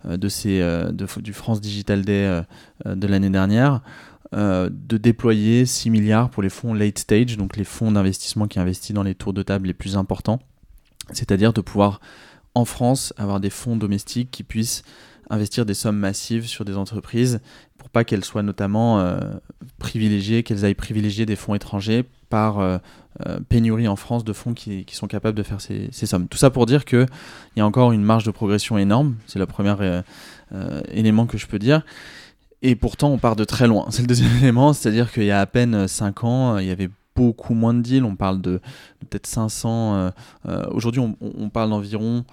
du France Digital Day de l'année dernière, de déployer 6 milliards pour les fonds late stage, donc les fonds d'investissement qui investissent dans les tours de table les plus importants. C'est-à-dire de pouvoir, en France, avoir des fonds domestiques qui puissent investir des sommes massives sur des entreprises pour pas qu'elles soient notamment qu'elles aillent privilégier des fonds étrangers par pénurie en France de fonds qui sont capables de faire ces sommes. Tout ça pour dire qu'il y a encore une marge de progression énorme. C'est le premier élément que je peux dire. Et pourtant, on part de très loin. C'est le deuxième élément, c'est-à-dire qu'il y a à peine 5 ans, il y avait beaucoup moins de deals, on parle de peut-être 500. Aujourd'hui, on parle d'environ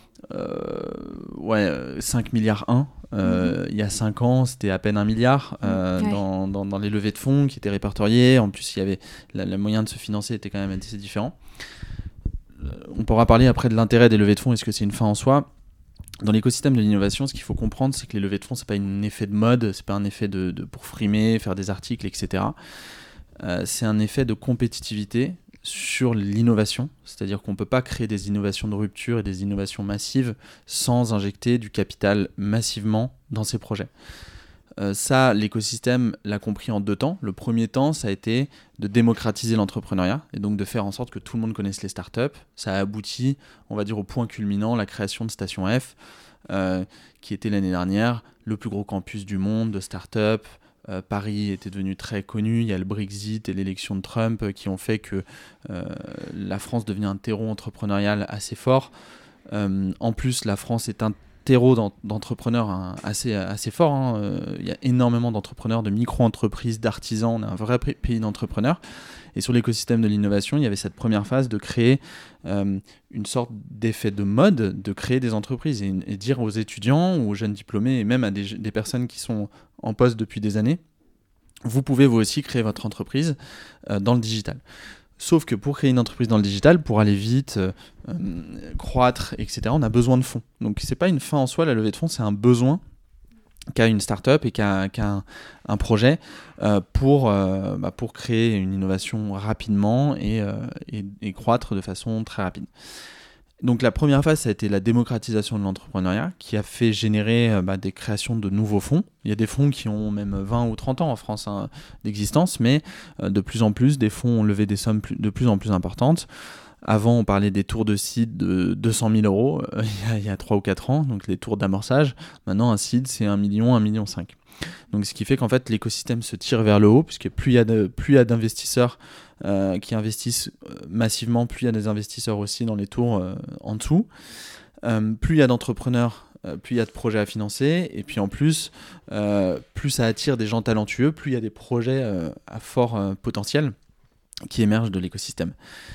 5 milliards 1. Il y a 5 ans, c'était à peine 1 milliard dans les levées de fonds qui étaient répertoriées. En plus, il y avait le moyen de se financer était quand même assez différent. On pourra parler après de l'intérêt des levées de fonds. Est-ce que c'est une fin en soi ? Dans l'écosystème de l'innovation, ce qu'il faut comprendre, c'est que les levées de fonds, c'est pas un effet de mode, c'est pas un effet pour frimer, faire des articles, etc. C'est un effet de compétitivité sur l'innovation, c'est-à-dire qu'on ne peut pas créer des innovations de rupture et des innovations massives sans injecter du capital massivement dans ces projets. Ça, l'écosystème l'a compris en 2 temps. Le premier temps, ça a été de démocratiser l'entrepreneuriat et donc de faire en sorte que tout le monde connaisse les startups. Ça a abouti, on va dire, au point culminant, la création de Station F, qui était l'année dernière le plus gros campus du monde de startups. Paris était devenu très connu, il y a le Brexit et l'élection de Trump qui ont fait que la France devient un terreau entrepreneurial assez fort. En plus, la France est un terreau d'entrepreneurs assez fort. Il y a énormément d'entrepreneurs, de micro-entreprises, d'artisans, on est un vrai pays d'entrepreneurs. Et sur l'écosystème de l'innovation, il y avait cette première phase de créer une sorte d'effet de mode, de créer des entreprises et dire aux étudiants, aux jeunes diplômés et même à des personnes qui sont en poste depuis des années, vous pouvez vous aussi créer votre entreprise dans le digital. Sauf que pour créer une entreprise dans le digital, pour aller vite, croître, etc., on a besoin de fonds. Donc c'est pas une fin en soi, la levée de fonds, c'est un besoin qu'a une start-up et qu'a un projet pour créer une innovation rapidement et croître de façon très rapide. Donc la première phase, ça a été la démocratisation de l'entrepreneuriat qui a fait générer des créations de nouveaux fonds. Il y a des fonds qui ont même 20 ou 30 ans en France d'existence, mais de plus en plus, des fonds ont levé des sommes de plus en plus importantes. Avant, on parlait des tours de seed de 200 000 euros il y a 3 ou 4 ans, donc les tours d'amorçage. Maintenant, un seed, c'est 1 million, 1,5 million. Donc ce qui fait qu'en fait, l'écosystème se tire vers le haut, puisque plus il y a d'investisseurs qui investissent massivement, plus il y a des investisseurs aussi dans les tours en dessous. Plus il y a d'entrepreneurs, plus il y a de projets à financer. Et puis en plus, plus ça attire des gens talentueux, plus il y a des projets à fort potentiel qui émergent de l'écosystème.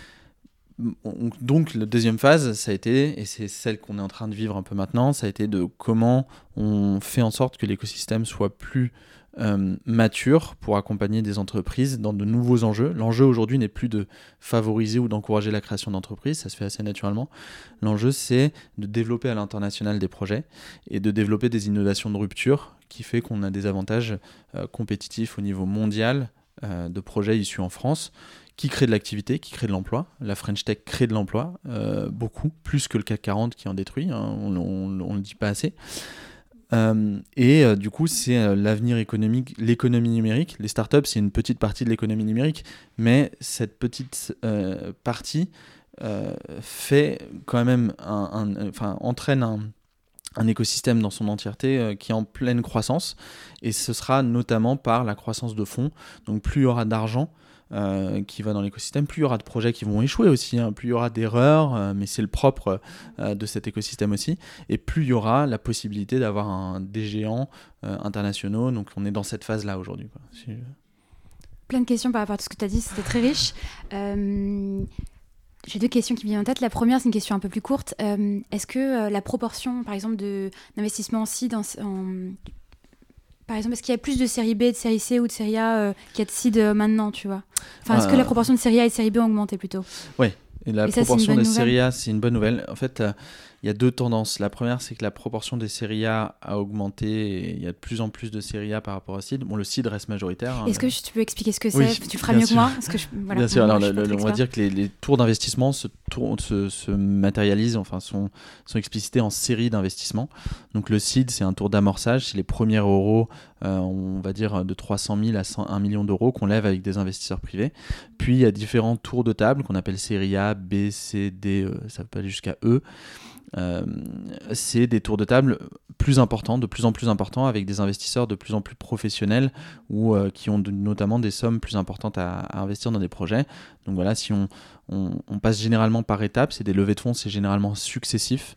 Donc la deuxième phase, ça a été, et c'est celle qu'on est en train de vivre un peu maintenant, ça a été de comment on fait en sorte que l'écosystème soit plus mature pour accompagner des entreprises dans de nouveaux enjeux. L'enjeu aujourd'hui n'est plus de favoriser ou d'encourager la création d'entreprises, ça se fait assez naturellement. L'enjeu, c'est de développer à l'international des projets et de développer des innovations de rupture qui fait qu'on a des avantages compétitifs au niveau mondial de projets issus en France qui créent de l'activité, qui créent de l'emploi. La French Tech crée de l'emploi, beaucoup, plus que le CAC 40 qui en détruit, on ne le dit pas assez. Du coup, c'est l'avenir économique, l'économie numérique. Les startups, c'est une petite partie de l'économie numérique, mais cette petite partie fait quand même entraîne un écosystème dans son entièreté qui est en pleine croissance, et ce sera notamment par la croissance de fonds. Donc plus il y aura d'argent qui va dans l'écosystème, plus il y aura de projets qui vont échouer aussi, plus il y aura d'erreurs, mais c'est le propre de cet écosystème aussi, et plus il y aura la possibilité d'avoir des géants internationaux. Donc on est dans cette phase-là aujourd'hui, quoi. Plein de questions par rapport à tout ce que tu as dit, c'était très riche. J'ai 2 questions qui me viennent en tête. La première, c'est une question un peu plus courte. Est-ce que la proportion, par exemple, d'investissement en seed, par exemple, est-ce qu'il y a plus de série B, de série C ou de série A qu'il y a de seed maintenant, tu vois ? Enfin, est-ce que la proportion de série A et de série B ont augmenté plutôt ? Oui, et la proportion des séries A, c'est une bonne nouvelle. En fait, il y a 2 tendances. La première, c'est que la proportion des séries A a augmenté et il y a de plus en plus de séries A par rapport au seed. Bon, le seed reste majoritaire. Est-ce que tu peux expliquer ce que c'est ? Oui, tu feras mieux que moi parce que bien sûr. Alors, on va dire que les tours d'investissement se matérialisent, sont explicités en séries d'investissement. Donc le seed, c'est un tour d'amorçage, c'est les premiers euros, on va dire de 300 000 à 1 million d'euros qu'on lève avec des investisseurs privés. Puis il y a différents tours de table qu'on appelle série A, B, C, D, ça peut aller jusqu'à E. C'est des tours de table plus importants, de plus en plus importants, avec des investisseurs de plus en plus professionnels ou qui ont notamment des sommes plus importantes à investir dans des projets. Donc voilà, si on passe généralement par étapes, c'est des levées de fonds, c'est généralement successif.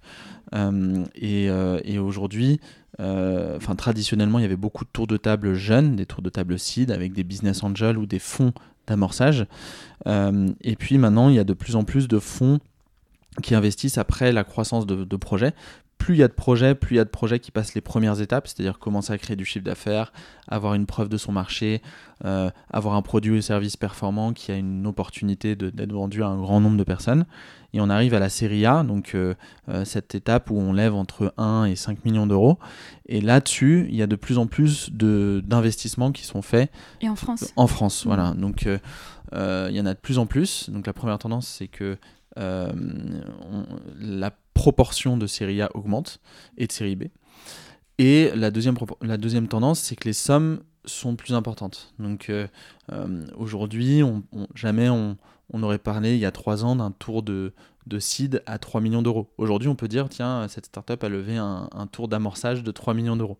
Et aujourd'hui, traditionnellement, il y avait beaucoup de tours de table jeunes, des tours de table seed avec des business angels ou des fonds d'amorçage. Et puis maintenant, il y a de plus en plus de fonds qui investissent après la croissance de projets. Plus il y a de projets qui passent les premières étapes, c'est-à-dire commencer à créer du chiffre d'affaires, avoir une preuve de son marché, avoir un produit ou service performant qui a une opportunité d'être vendu à un grand nombre de personnes. Et on arrive à la série A, donc cette étape où on lève entre 1 et 5 millions d'euros. Et là-dessus, il y a de plus en plus d'investissements qui sont faits. Et en France ? En France, voilà. Donc il y en a de plus en plus. Donc la première tendance, c'est que la proportion de série A augmente et de série B. Et la deuxième tendance, c'est que les sommes sont plus importantes. Donc aujourd'hui, jamais on aurait parlé il y a 3 ans d'un tour de seed à 3 millions d'euros. Aujourd'hui, on peut dire, tiens, cette startup a levé un tour d'amorçage de 3 millions d'euros.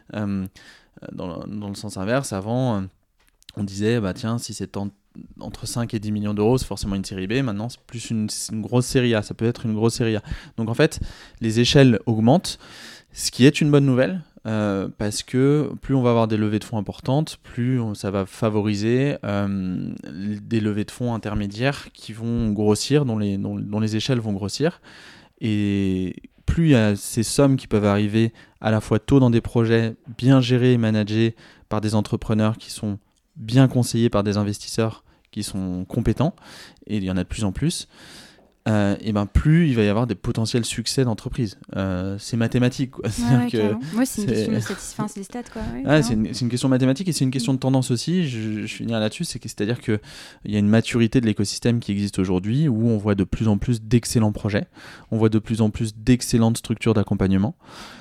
Dans le sens inverse, avant, on disait, bah tiens, si c'est entre 5 et 10 millions d'euros, c'est forcément une série B. Maintenant, c'est plus une grosse série A. Ça peut être une grosse série A. Donc en fait, les échelles augmentent, ce qui est une bonne nouvelle. Parce que plus on va avoir des levées de fonds importantes, plus ça va favoriser des levées de fonds intermédiaires qui vont grossir, dont les échelles vont grossir. Et plus il y a ces sommes qui peuvent arriver à la fois tôt dans des projets bien gérés et managés par des entrepreneurs qui sont bien conseillés par des investisseurs qui sont compétents, et il y en a de plus en plus, et ben plus il va y avoir des potentiels succès d'entreprise. C'est mathématique, quoi. Moi, c'est une question de statistique, c'est des stats, quoi. Ouais, c'est une question mathématique, et c'est une question de tendance aussi. Je finis là-dessus, c'est-à-dire qu'il y a une maturité de l'écosystème qui existe aujourd'hui, où on voit de plus en plus d'excellents projets, on voit de plus en plus d'excellentes structures d'accompagnement,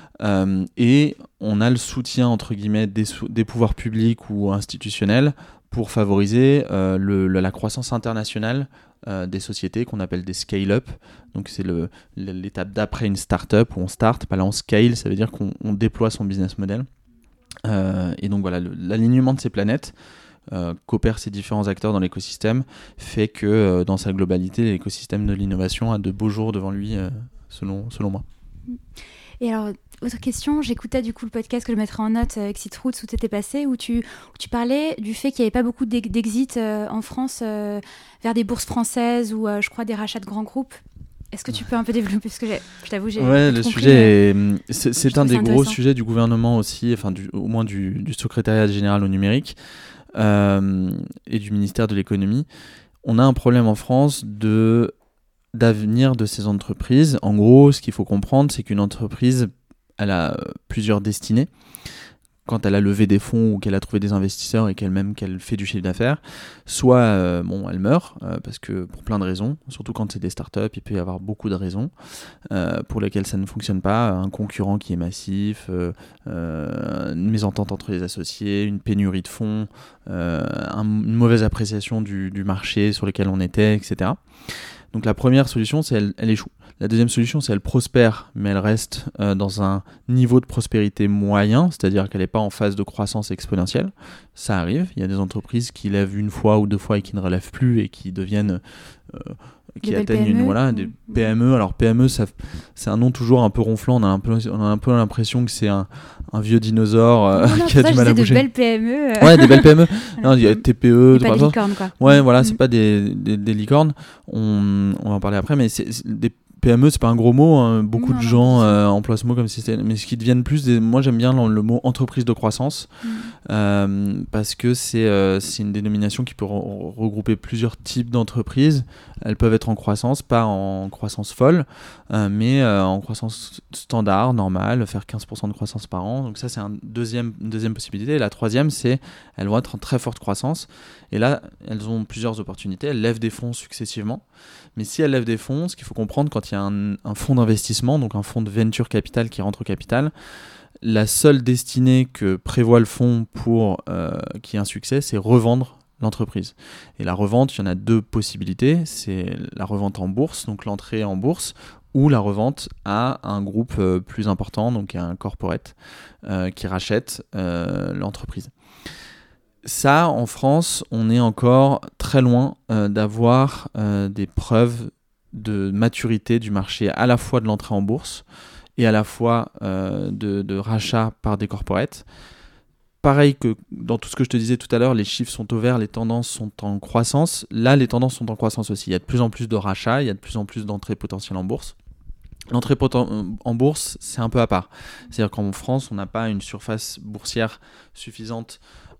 et on a le soutien, entre guillemets, des pouvoirs publics ou institutionnels pour favoriser la croissance internationale des sociétés qu'on appelle des scale-up. Donc c'est l'étape d'après une start-up où on start, pas là on scale, ça veut dire qu'on déploie son business model. Et donc voilà, l'alignement de ces planètes qu'opèrent ces différents acteurs dans l'écosystème fait que dans sa globalité, l'écosystème de l'innovation a de beaux jours devant lui, selon moi. Et alors, autre question, j'écoutais du coup le podcast que je mettrai en note, Exit Roots, où tu étais passé, où tu parlais du fait qu'il n'y avait pas beaucoup d'exits en France vers des bourses françaises ou je crois des rachats de grands groupes. Est-ce que tu peux un peu développer, parce que je t'avoue, j'ai le sujet c'est un des gros sujets du gouvernement aussi, enfin au moins du secrétariat général au numérique et du ministère de l'économie. On a un problème en France d'avenir de ces entreprises. En gros, ce qu'il faut comprendre, c'est qu'une entreprise, elle a plusieurs destinées. Quand elle a levé des fonds ou qu'elle a trouvé des investisseurs et qu'elle fait du chiffre d'affaires, soit elle meurt, parce que pour plein de raisons, surtout quand c'est des startups, il peut y avoir beaucoup de raisons pour lesquelles ça ne fonctionne pas, un concurrent qui est massif, une mésentente entre les associés, une pénurie de fonds, une mauvaise appréciation du marché sur lequel on était, etc. Donc la première solution, c'est elle échoue. La deuxième solution, c'est elle prospère, mais elle reste dans un niveau de prospérité moyen, c'est-à-dire qu'elle n'est pas en phase de croissance exponentielle. Ça arrive, il y a des entreprises qui lèvent une fois ou deux fois et qui ne relèvent plus et qui deviennent... qui atteignent des PME. Alors PME, c'est un nom toujours un peu ronflant, on a un peu l'impression que c'est un vieux dinosaure qui a du mal à bouger. Des belles PME. Ouais, des belles PME. Non, il y a TPE, pas des licornes, quoi. Ouais, voilà, c'est pas des licornes. On va en parler après, mais c'est des PME, c'est pas un gros mot, hein. Beaucoup de gens emploient ce mot comme si c'était... Mais ce qui deviennent plus... Moi, j'aime bien le mot entreprise de croissance, parce que c'est une dénomination qui peut regrouper plusieurs types d'entreprises. Elles peuvent être en croissance, pas en croissance folle, mais en croissance standard, normale, faire 15% de croissance par an. Donc ça, c'est une deuxième possibilité. Et la troisième, c'est elles vont être en très forte croissance. Et là, elles ont plusieurs opportunités. Elles lèvent des fonds successivement. Mais si elles lèvent des fonds, ce qu'il faut comprendre quand il y a un fonds d'investissement, donc un fonds de venture capital qui rentre au capital, la seule destinée que prévoit le fonds pour qu'il y ait un succès, c'est revendre l'entreprise. Et la revente, il y en a deux possibilités. C'est la revente en bourse, donc l'entrée en bourse, ou la revente à un groupe plus important, donc à un corporate qui rachète l'entreprise. Ça, en France, on est encore très loin d'avoir des preuves de maturité du marché, à la fois de l'entrée en bourse et à la fois de rachat par des corporates. Pareil que dans tout ce que je te disais tout à l'heure, les chiffres sont au vert, les tendances sont en croissance. Là, les tendances sont en croissance aussi. Il y a de plus en plus de rachats, il y a de plus en plus d'entrées potentielles en bourse. L'entrée en bourse, c'est un peu à part. C'est-à-dire qu'en France, on n'a pas une surface boursière suffisante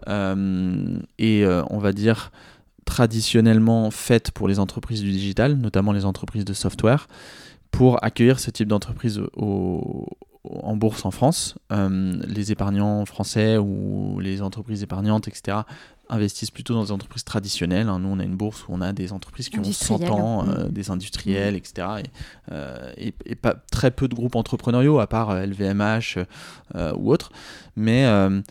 et on va dire traditionnellement faite pour les entreprises du digital, notamment les entreprises de software, pour accueillir ce type d'entreprise au en bourse en France. Les épargnants français ou les entreprises épargnantes, etc., investissent plutôt dans des entreprises traditionnelles. Nous, on a une bourse où on a des entreprises qui ont 100 ans, des industriels, etc. Et pas, très peu de groupes entrepreneuriaux, à part LVMH ou autres. Mais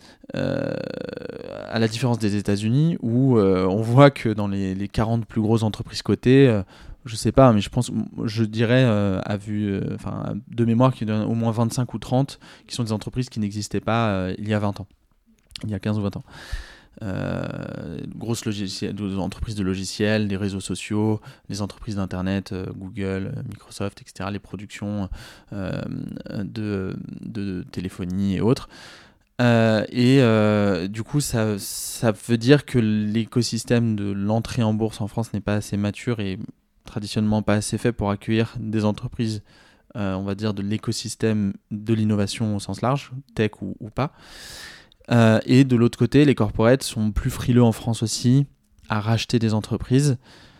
à la différence des États-Unis, où on voit que dans les 40 plus grosses entreprises cotées, je sais pas, mais je dirais de mémoire qu'il y en a au moins 25 ou 30 qui sont des entreprises qui n'existaient pas il y a 20 ans, il y a 15 ou 20 ans. Grosses entreprises de logiciels, des réseaux sociaux, les entreprises d'internet, Google, Microsoft, etc., les productions de téléphonie et autres. Du coup, ça veut dire que l'écosystème de l'entrée en bourse en France n'est pas assez mature et traditionnellement pas assez fait pour accueillir des entreprises, on va dire, de l'écosystème de l'innovation au sens large, tech ou pas. Et de l'autre côté, les corporates sont plus frileux en France aussi à racheter des entreprises.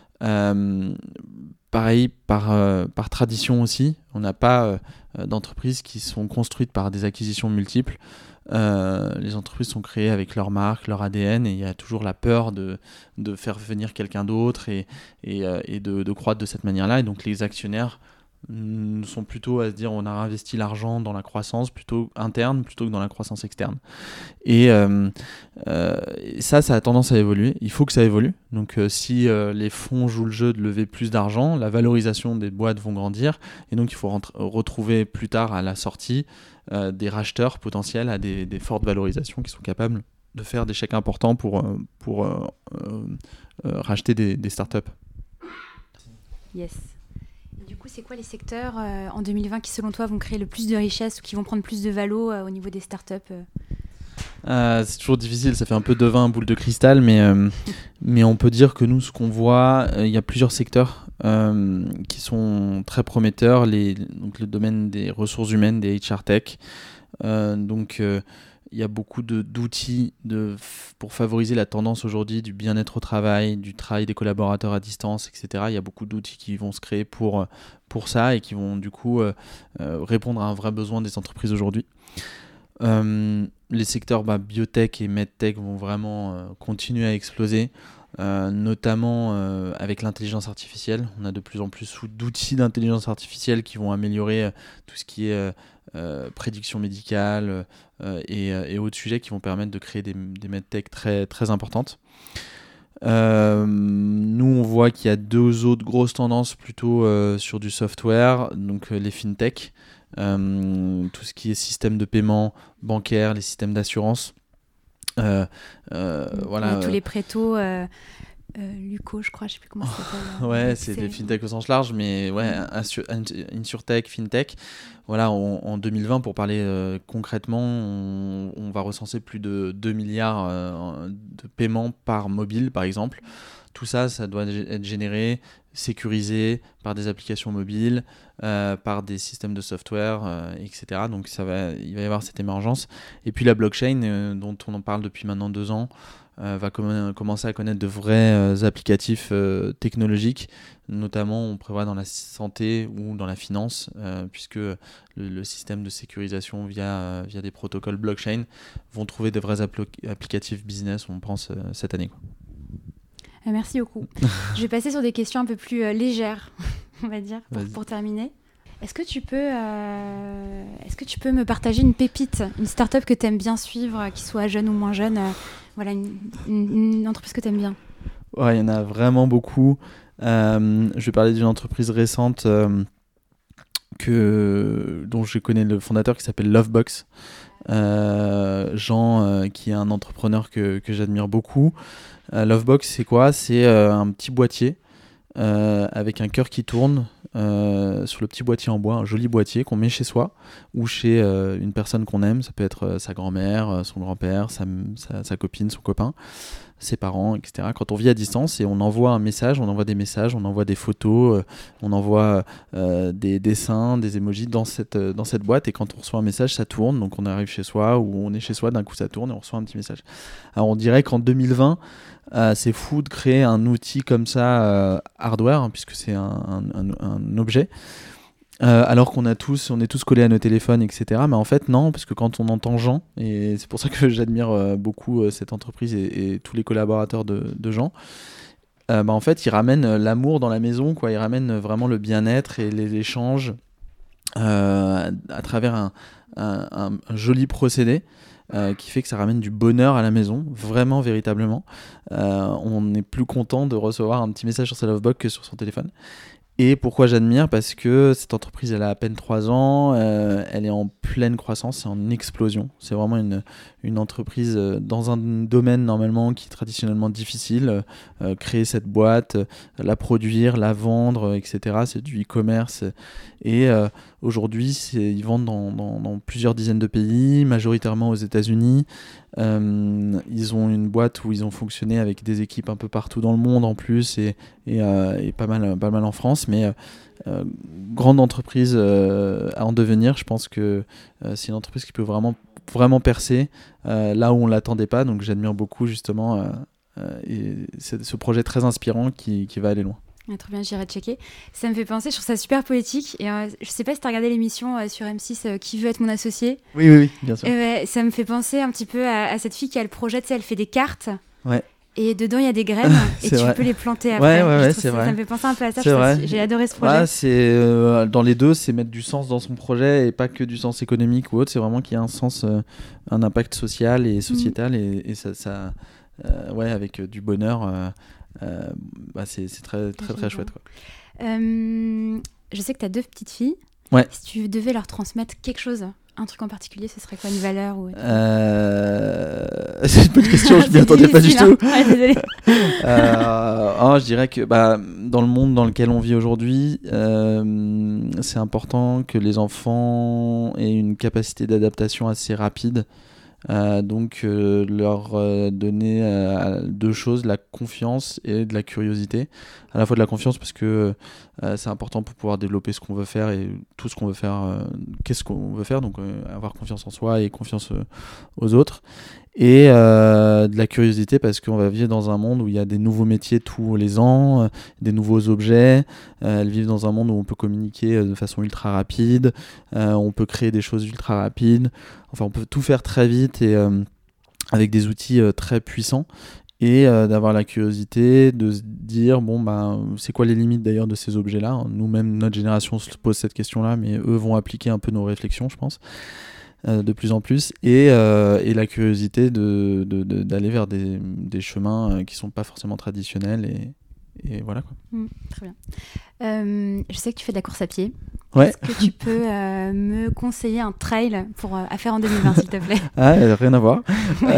Pareil, par tradition aussi, on n'a pas d'entreprises qui sont construites par des acquisitions multiples. Les entreprises sont créées avec leur marque, leur ADN, et il y a toujours la peur de faire venir quelqu'un d'autre et de croître de cette manière-là. Et donc les actionnaires sont plutôt à se dire on a investi l'argent dans la croissance plutôt interne plutôt que dans la croissance externe. Et ça a tendance à évoluer. Il faut que ça évolue. Donc si les fonds jouent le jeu de lever plus d'argent, la valorisation des boîtes vont grandir. Et donc il faut retrouver plus tard à la sortie des racheteurs potentiels à des fortes valorisations qui sont capables de faire des chèques importants pour racheter des startups. Yes. Du coup, c'est quoi les secteurs en 2020 qui, selon toi, vont créer le plus de richesse ou qui vont prendre plus de valo au niveau des startups C'est toujours difficile, ça fait un peu devin, boule de cristal, mais on peut dire que nous, ce qu'on voit, il y a plusieurs secteurs qui sont très prometteurs. Donc le domaine des ressources humaines, des HR Tech. Il y a beaucoup d'outils pour favoriser la tendance aujourd'hui du bien-être au travail, du travail des collaborateurs à distance, etc. Il y a beaucoup d'outils qui vont se créer pour ça et qui vont du coup répondre à un vrai besoin des entreprises aujourd'hui. Les secteurs biotech et medtech vont vraiment continuer à exploser, notamment avec l'intelligence artificielle. On a de plus en plus d'outils d'intelligence artificielle qui vont améliorer tout ce qui est prédiction médicale et autres sujets qui vont permettre de créer des medtech très, très importantes. Nous, on voit qu'il y a deux autres grosses tendances plutôt sur du software, donc les fintech, tout ce qui est système de paiement bancaire, les systèmes d'assurance. Voilà, tous les prétos, Luco, je crois, je sais plus comment ça s'appelle. Ouais, c'est des fintech au sens large, mais ouais, insurtech, fintech. Voilà, en 2020, pour parler concrètement, on va recenser plus de 2 milliards de paiements par mobile, par exemple. Tout ça, ça doit être généré, sécurisé par des applications mobiles, par des systèmes de software, etc. Donc il va y avoir cette émergence. Et puis la blockchain, dont on en parle depuis maintenant 2 ans, va commencer à connaître de vrais applicatifs technologiques, notamment on prévoit dans la santé ou dans la finance, puisque le système de sécurisation via des protocoles blockchain vont trouver de vrais applicatifs business, on pense, cette année, quoi. Merci beaucoup. Je vais passer sur des questions un peu plus légères, on va dire, pour terminer. Est-ce que tu peux me partager une pépite, une start-up que tu aimes bien suivre, qui soit jeune ou moins jeune, voilà, une entreprise que tu aimes bien? Ouais, il y en a vraiment beaucoup. Je vais parler d'une entreprise récente dont je connais le fondateur, qui s'appelle Lovebox. Jean, qui est un entrepreneur que j'admire beaucoup. Lovebox, c'est quoi ? C'est un petit boîtier avec un cœur qui tourne sur le petit boîtier en bois, un joli boîtier qu'on met chez soi ou chez une personne qu'on aime. Ça peut être sa grand-mère, son grand-père, sa copine, son copain, ses parents, etc. Quand on vit à distance et on envoie un message, on envoie des messages, on envoie des photos, on envoie des dessins, des emojis dans cette boîte, et quand on reçoit un message, ça tourne. Donc on arrive chez soi ou on est chez soi, d'un coup ça tourne et on reçoit un petit message. Alors on dirait qu'en 2020, c'est fou de créer un outil comme ça hardware, puisque c'est un objet. Alors qu'on on est tous collés à nos téléphones, etc. Mais en fait, non, parce que quand on entend Jean, et c'est pour ça que j'admire beaucoup cette entreprise et tous les collaborateurs de Jean, en fait, ils ramènent l'amour dans la maison, quoi. Ils ramènent vraiment le bien-être et les échanges à travers un joli procédé. Qui fait que ça ramène du bonheur à la maison, vraiment, véritablement. On est plus content de recevoir un petit message sur sa Lovebox que sur son téléphone. Et pourquoi j'admire ? Parce que cette entreprise, elle a à peine 3 ans, elle est en pleine croissance, c'est en explosion. C'est vraiment une entreprise dans un domaine normalement qui est traditionnellement difficile. Créer cette boîte, la produire, la vendre, etc. C'est du e-commerce. Et aujourd'hui, ils vendent dans plusieurs dizaines de pays, majoritairement aux États-Unis. Ils ont une boîte où ils ont fonctionné avec des équipes un peu partout dans le monde en plus et pas mal en France, mais grande entreprise à en devenir. Je pense que c'est une entreprise qui peut vraiment percer là où on l'attendait pas, donc j'admire beaucoup justement et c'est ce projet très inspirant qui va aller loin. Ah, trop bien, j'irai checker. Ça me fait penser, je trouve ça super poétique. Et je sais pas si tu as regardé l'émission sur M6 Qui veut être mon associé. Oui, bien sûr. Ça me fait penser un petit peu à cette fille qui a le projet, tu sais, elle fait des cartes. Ouais. Et dedans, il y a des graines et tu peux les planter après. Ouais, c'est vrai. Ça me fait penser un peu à ça. J'ai adoré ce Ouais, projet. c'est, dans les deux, c'est mettre du sens dans son projet et pas que du sens économique ou autre. C'est vraiment qu'il y a un sens, un impact social et sociétal et ça avec du bonheur. C'est très chouette, quoi. Je sais que tu as 2 petites filles. Ouais. Si tu devais leur transmettre quelque chose, un truc en particulier, ce serait quoi, une valeur ou... C'est une bonne question, je m'y attendais pas du tout. Ouais, désolée. Je dirais que dans le monde dans lequel on vit aujourd'hui, c'est important que les enfants aient une capacité d'adaptation assez rapide. Donc leur donner 2 choses, la confiance et de la curiosité. À la fois de la confiance parce que c'est important pour pouvoir développer ce qu'on veut faire et tout ce qu'on veut faire, qu'est-ce qu'on veut faire, donc avoir confiance en soi et confiance aux autres. Et de la curiosité parce qu'on va vivre dans un monde où il y a des nouveaux métiers tous les ans, des nouveaux objets. Elles vivent dans un monde où on peut communiquer de façon ultra rapide, on peut créer des choses ultra rapides. Enfin, on peut tout faire très vite et avec des outils très puissants. Et d'avoir la curiosité de se dire c'est quoi les limites d'ailleurs de ces objets-là. Nous-mêmes, notre génération se pose cette question-là, mais eux vont appliquer un peu nos réflexions, je pense. De plus en plus et la curiosité d'aller vers des chemins qui sont pas forcément traditionnels et voilà quoi. Très bien. Je sais que tu fais de la course à pied. Ouais. Est-ce que tu peux me conseiller un trail à faire en 2020 s'il te plaît? Rien à voir.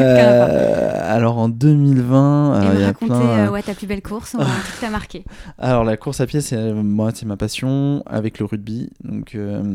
Alors en 2020 et il y a raconter ta plus belle course ou un truc qui t'a marqué. Alors la course à pied c'est ma passion avec le rugby, donc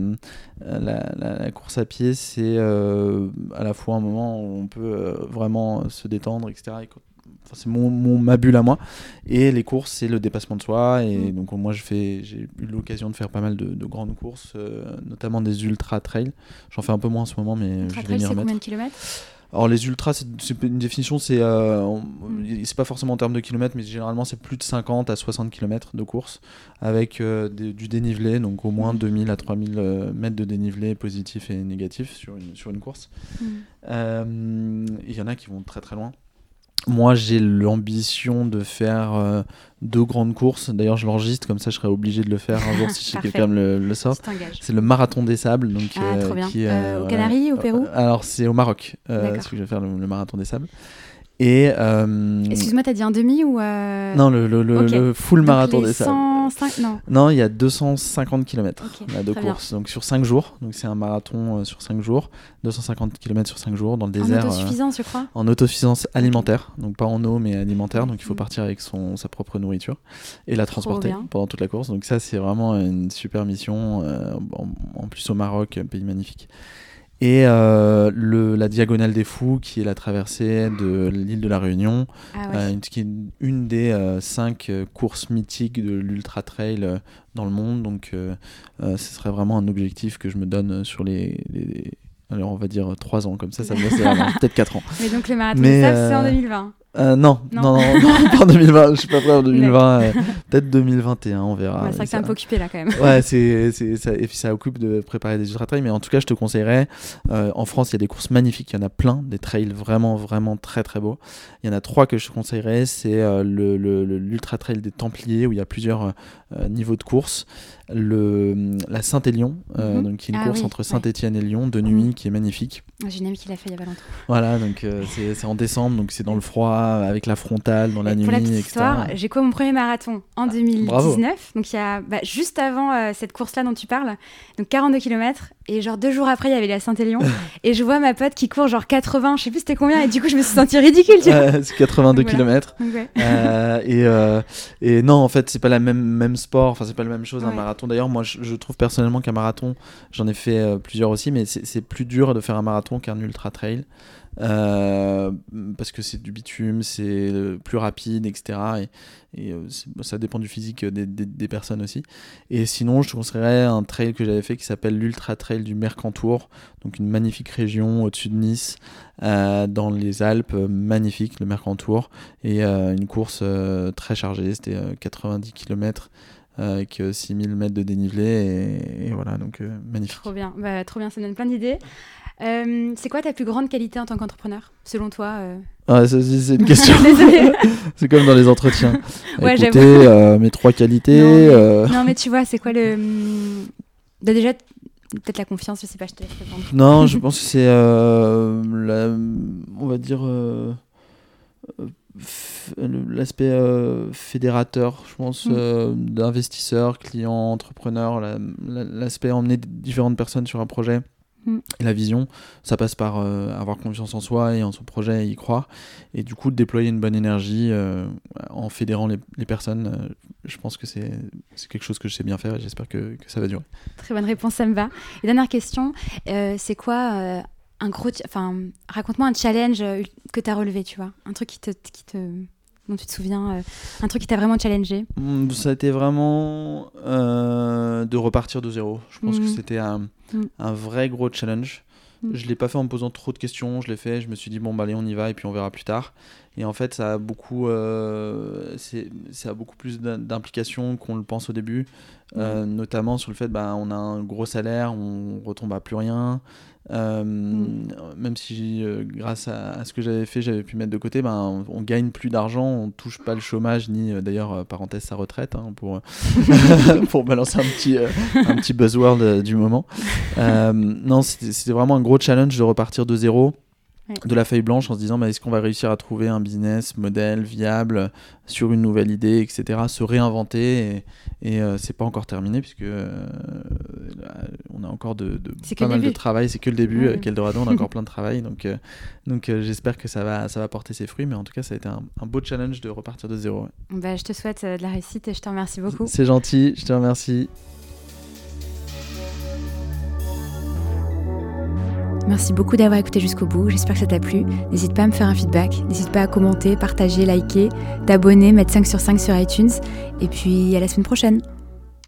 la course à pied c'est à la fois un moment où on peut vraiment se détendre, etc. C'est ma bulle à moi, et les courses c'est le dépassement de soi, et donc moi j'ai eu l'occasion de faire pas mal de grandes courses, notamment des ultra trail. J'en fais un peu moins en ce moment, mais ultra je vais m'y remettre. C'est combien de kilomètres? Alors les ultras, c'est une définition, c'est pas forcément en termes de kilomètres, mais généralement c'est plus de 50 à 60 km de course avec du dénivelé, donc au moins 2000 à 3000 mètres de dénivelé positif et négatif sur une course. Il y en a qui vont très très loin. Moi, j'ai l'ambition de faire 2 grandes courses. D'ailleurs, je l'enregistre, comme ça je serai obligé de le faire un jour si quelqu'un me le sort. C'est le Marathon des Sables. Donc, trop bien. Aux Canaries, au Pérou? Alors, c'est au Maroc que je vais faire le Marathon des Sables. Et excuse-moi, t'as dit un demi ou Non, le full donc Marathon des Sables. Non, il y a 250 km de course, donc sur 5 jours. Donc c'est un marathon sur 5 jours, 250 km sur 5 jours dans le désert. En autosuffisance, je crois. En autosuffisance alimentaire, donc pas en eau mais alimentaire. Donc il faut partir avec sa propre nourriture et la transporter pendant toute la course. Donc ça c'est vraiment une super mission. En plus au Maroc, un pays magnifique. Et la Diagonale des Fous, qui est la traversée de l'île de la Réunion, qui est une des 5 courses mythiques de l'ultra trail dans le monde. Donc ce serait vraiment un objectif que je me donne sur alors on va dire 3 ans, comme ça me laisse peut-être 4 ans. Mais donc le Marathon des Sables, c'est en 2020. Non, pas en 2020, je suis pas prêt en 2020, peut-être 2021, on verra. C'est vrai que t'es un peu occupé là quand même. Ouais, c'est ça, et puis ça occupe de préparer des ultra-trails, mais en tout cas, je te conseillerais, en France, il y a des courses magnifiques, il y en a plein, des trails vraiment, vraiment très, très beaux. Il y en a 3 que je te conseillerais, c'est l'ultra-trail des Templiers, où il y a plusieurs niveaux de course, la Saint-Élion, donc qui est une course entre Saint-Étienne et Lyon, de nuit, qui est magnifique. J'ai une amie qui l'a fait il y a pas longtemps. Voilà, donc c'est en décembre, donc c'est dans le froid, avec la frontale, dans la nuit, pour la petite etc. histoire, j'ai couru mon premier marathon en 2019, bravo. Donc il y a juste avant cette course-là dont tu parles, donc 42 km, et genre 2 jours après il y avait la Saint-Élion, et je vois ma pote qui court genre 80, je sais plus c'était combien, et du coup je me suis sentie ridicule. Tu vois. C'est 82 km. Voilà. Et non, en fait c'est pas la même sport, enfin c'est pas la même chose un marathon. D'ailleurs moi je trouve personnellement qu'un marathon, j'en ai fait plusieurs aussi, mais c'est plus dur de faire un marathon qu'un ultra trail. Parce que c'est du bitume, c'est plus rapide, etc. Et ça dépend du physique des personnes aussi. Et sinon, je te conseillerais un trail que j'avais fait qui s'appelle l'Ultra Trail du Mercantour, donc une magnifique région au-dessus de Nice, dans les Alpes, magnifique le Mercantour, et une course très chargée, c'était 90 km. Avec 6000 mètres de dénivelé et voilà, donc magnifique. Trop bien, ça me donne plein d'idées. C'est quoi ta plus grande qualité en tant qu'entrepreneur, selon toi c'est une question. C'est comme dans les entretiens. Ouais, écoutez, mes 3 qualités. Non, mais tu vois, c'est quoi déjà, peut-être la confiance, je sais pas, je te laisse répondre. Non, je pense que c'est, on va dire, l'aspect fédérateur, je pense, d'investisseurs, clients, entrepreneurs, l'aspect emmener différentes personnes sur un projet. Et la vision, ça passe par avoir confiance en soi et en son projet et y croire. Et du coup, déployer une bonne énergie en fédérant les personnes, je pense que c'est quelque chose que je sais bien faire et j'espère que ça va durer. Très bonne réponse, ça me va. Et dernière question, c'est quoi raconte-moi un challenge que tu as relevé, tu vois, un truc dont tu te souviens, un truc qui t'a vraiment challengé. Ça a été vraiment de repartir de zéro. Je pense que c'était un vrai gros challenge. Je l'ai pas fait en me posant trop de questions, je l'ai fait, je me suis dit bon allez on y va et puis on verra plus tard. Et en fait ça a beaucoup plus d'implications qu'on le pense au début, notamment sur le fait on a un gros salaire, on retombe à plus rien. Même si grâce à ce que j'avais fait j'avais pu mettre de côté, on gagne plus d'argent, on touche pas le chômage ni d'ailleurs parenthèse sa retraite pour balancer un petit buzzword du moment. Non, c'était vraiment un gros challenge de repartir de zéro, de la feuille blanche, en se disant est-ce qu'on va réussir à trouver un business modèle viable sur une nouvelle idée, etc., se réinventer et c'est pas encore terminé puisque on a encore pas mal de travail, c'est que le début. Avec Eldorado on a encore plein de travail, donc j'espère que ça va porter ses fruits, mais en tout cas ça a été un beau challenge de repartir de zéro. Je te souhaite de la réussite et je te remercie beaucoup. C'est gentil, je te remercie. Merci beaucoup d'avoir écouté jusqu'au bout, j'espère que ça t'a plu. N'hésite pas à me faire un feedback, n'hésite pas à commenter, partager, liker, t'abonner, mettre 5 sur 5 sur iTunes. Et puis à la semaine prochaine.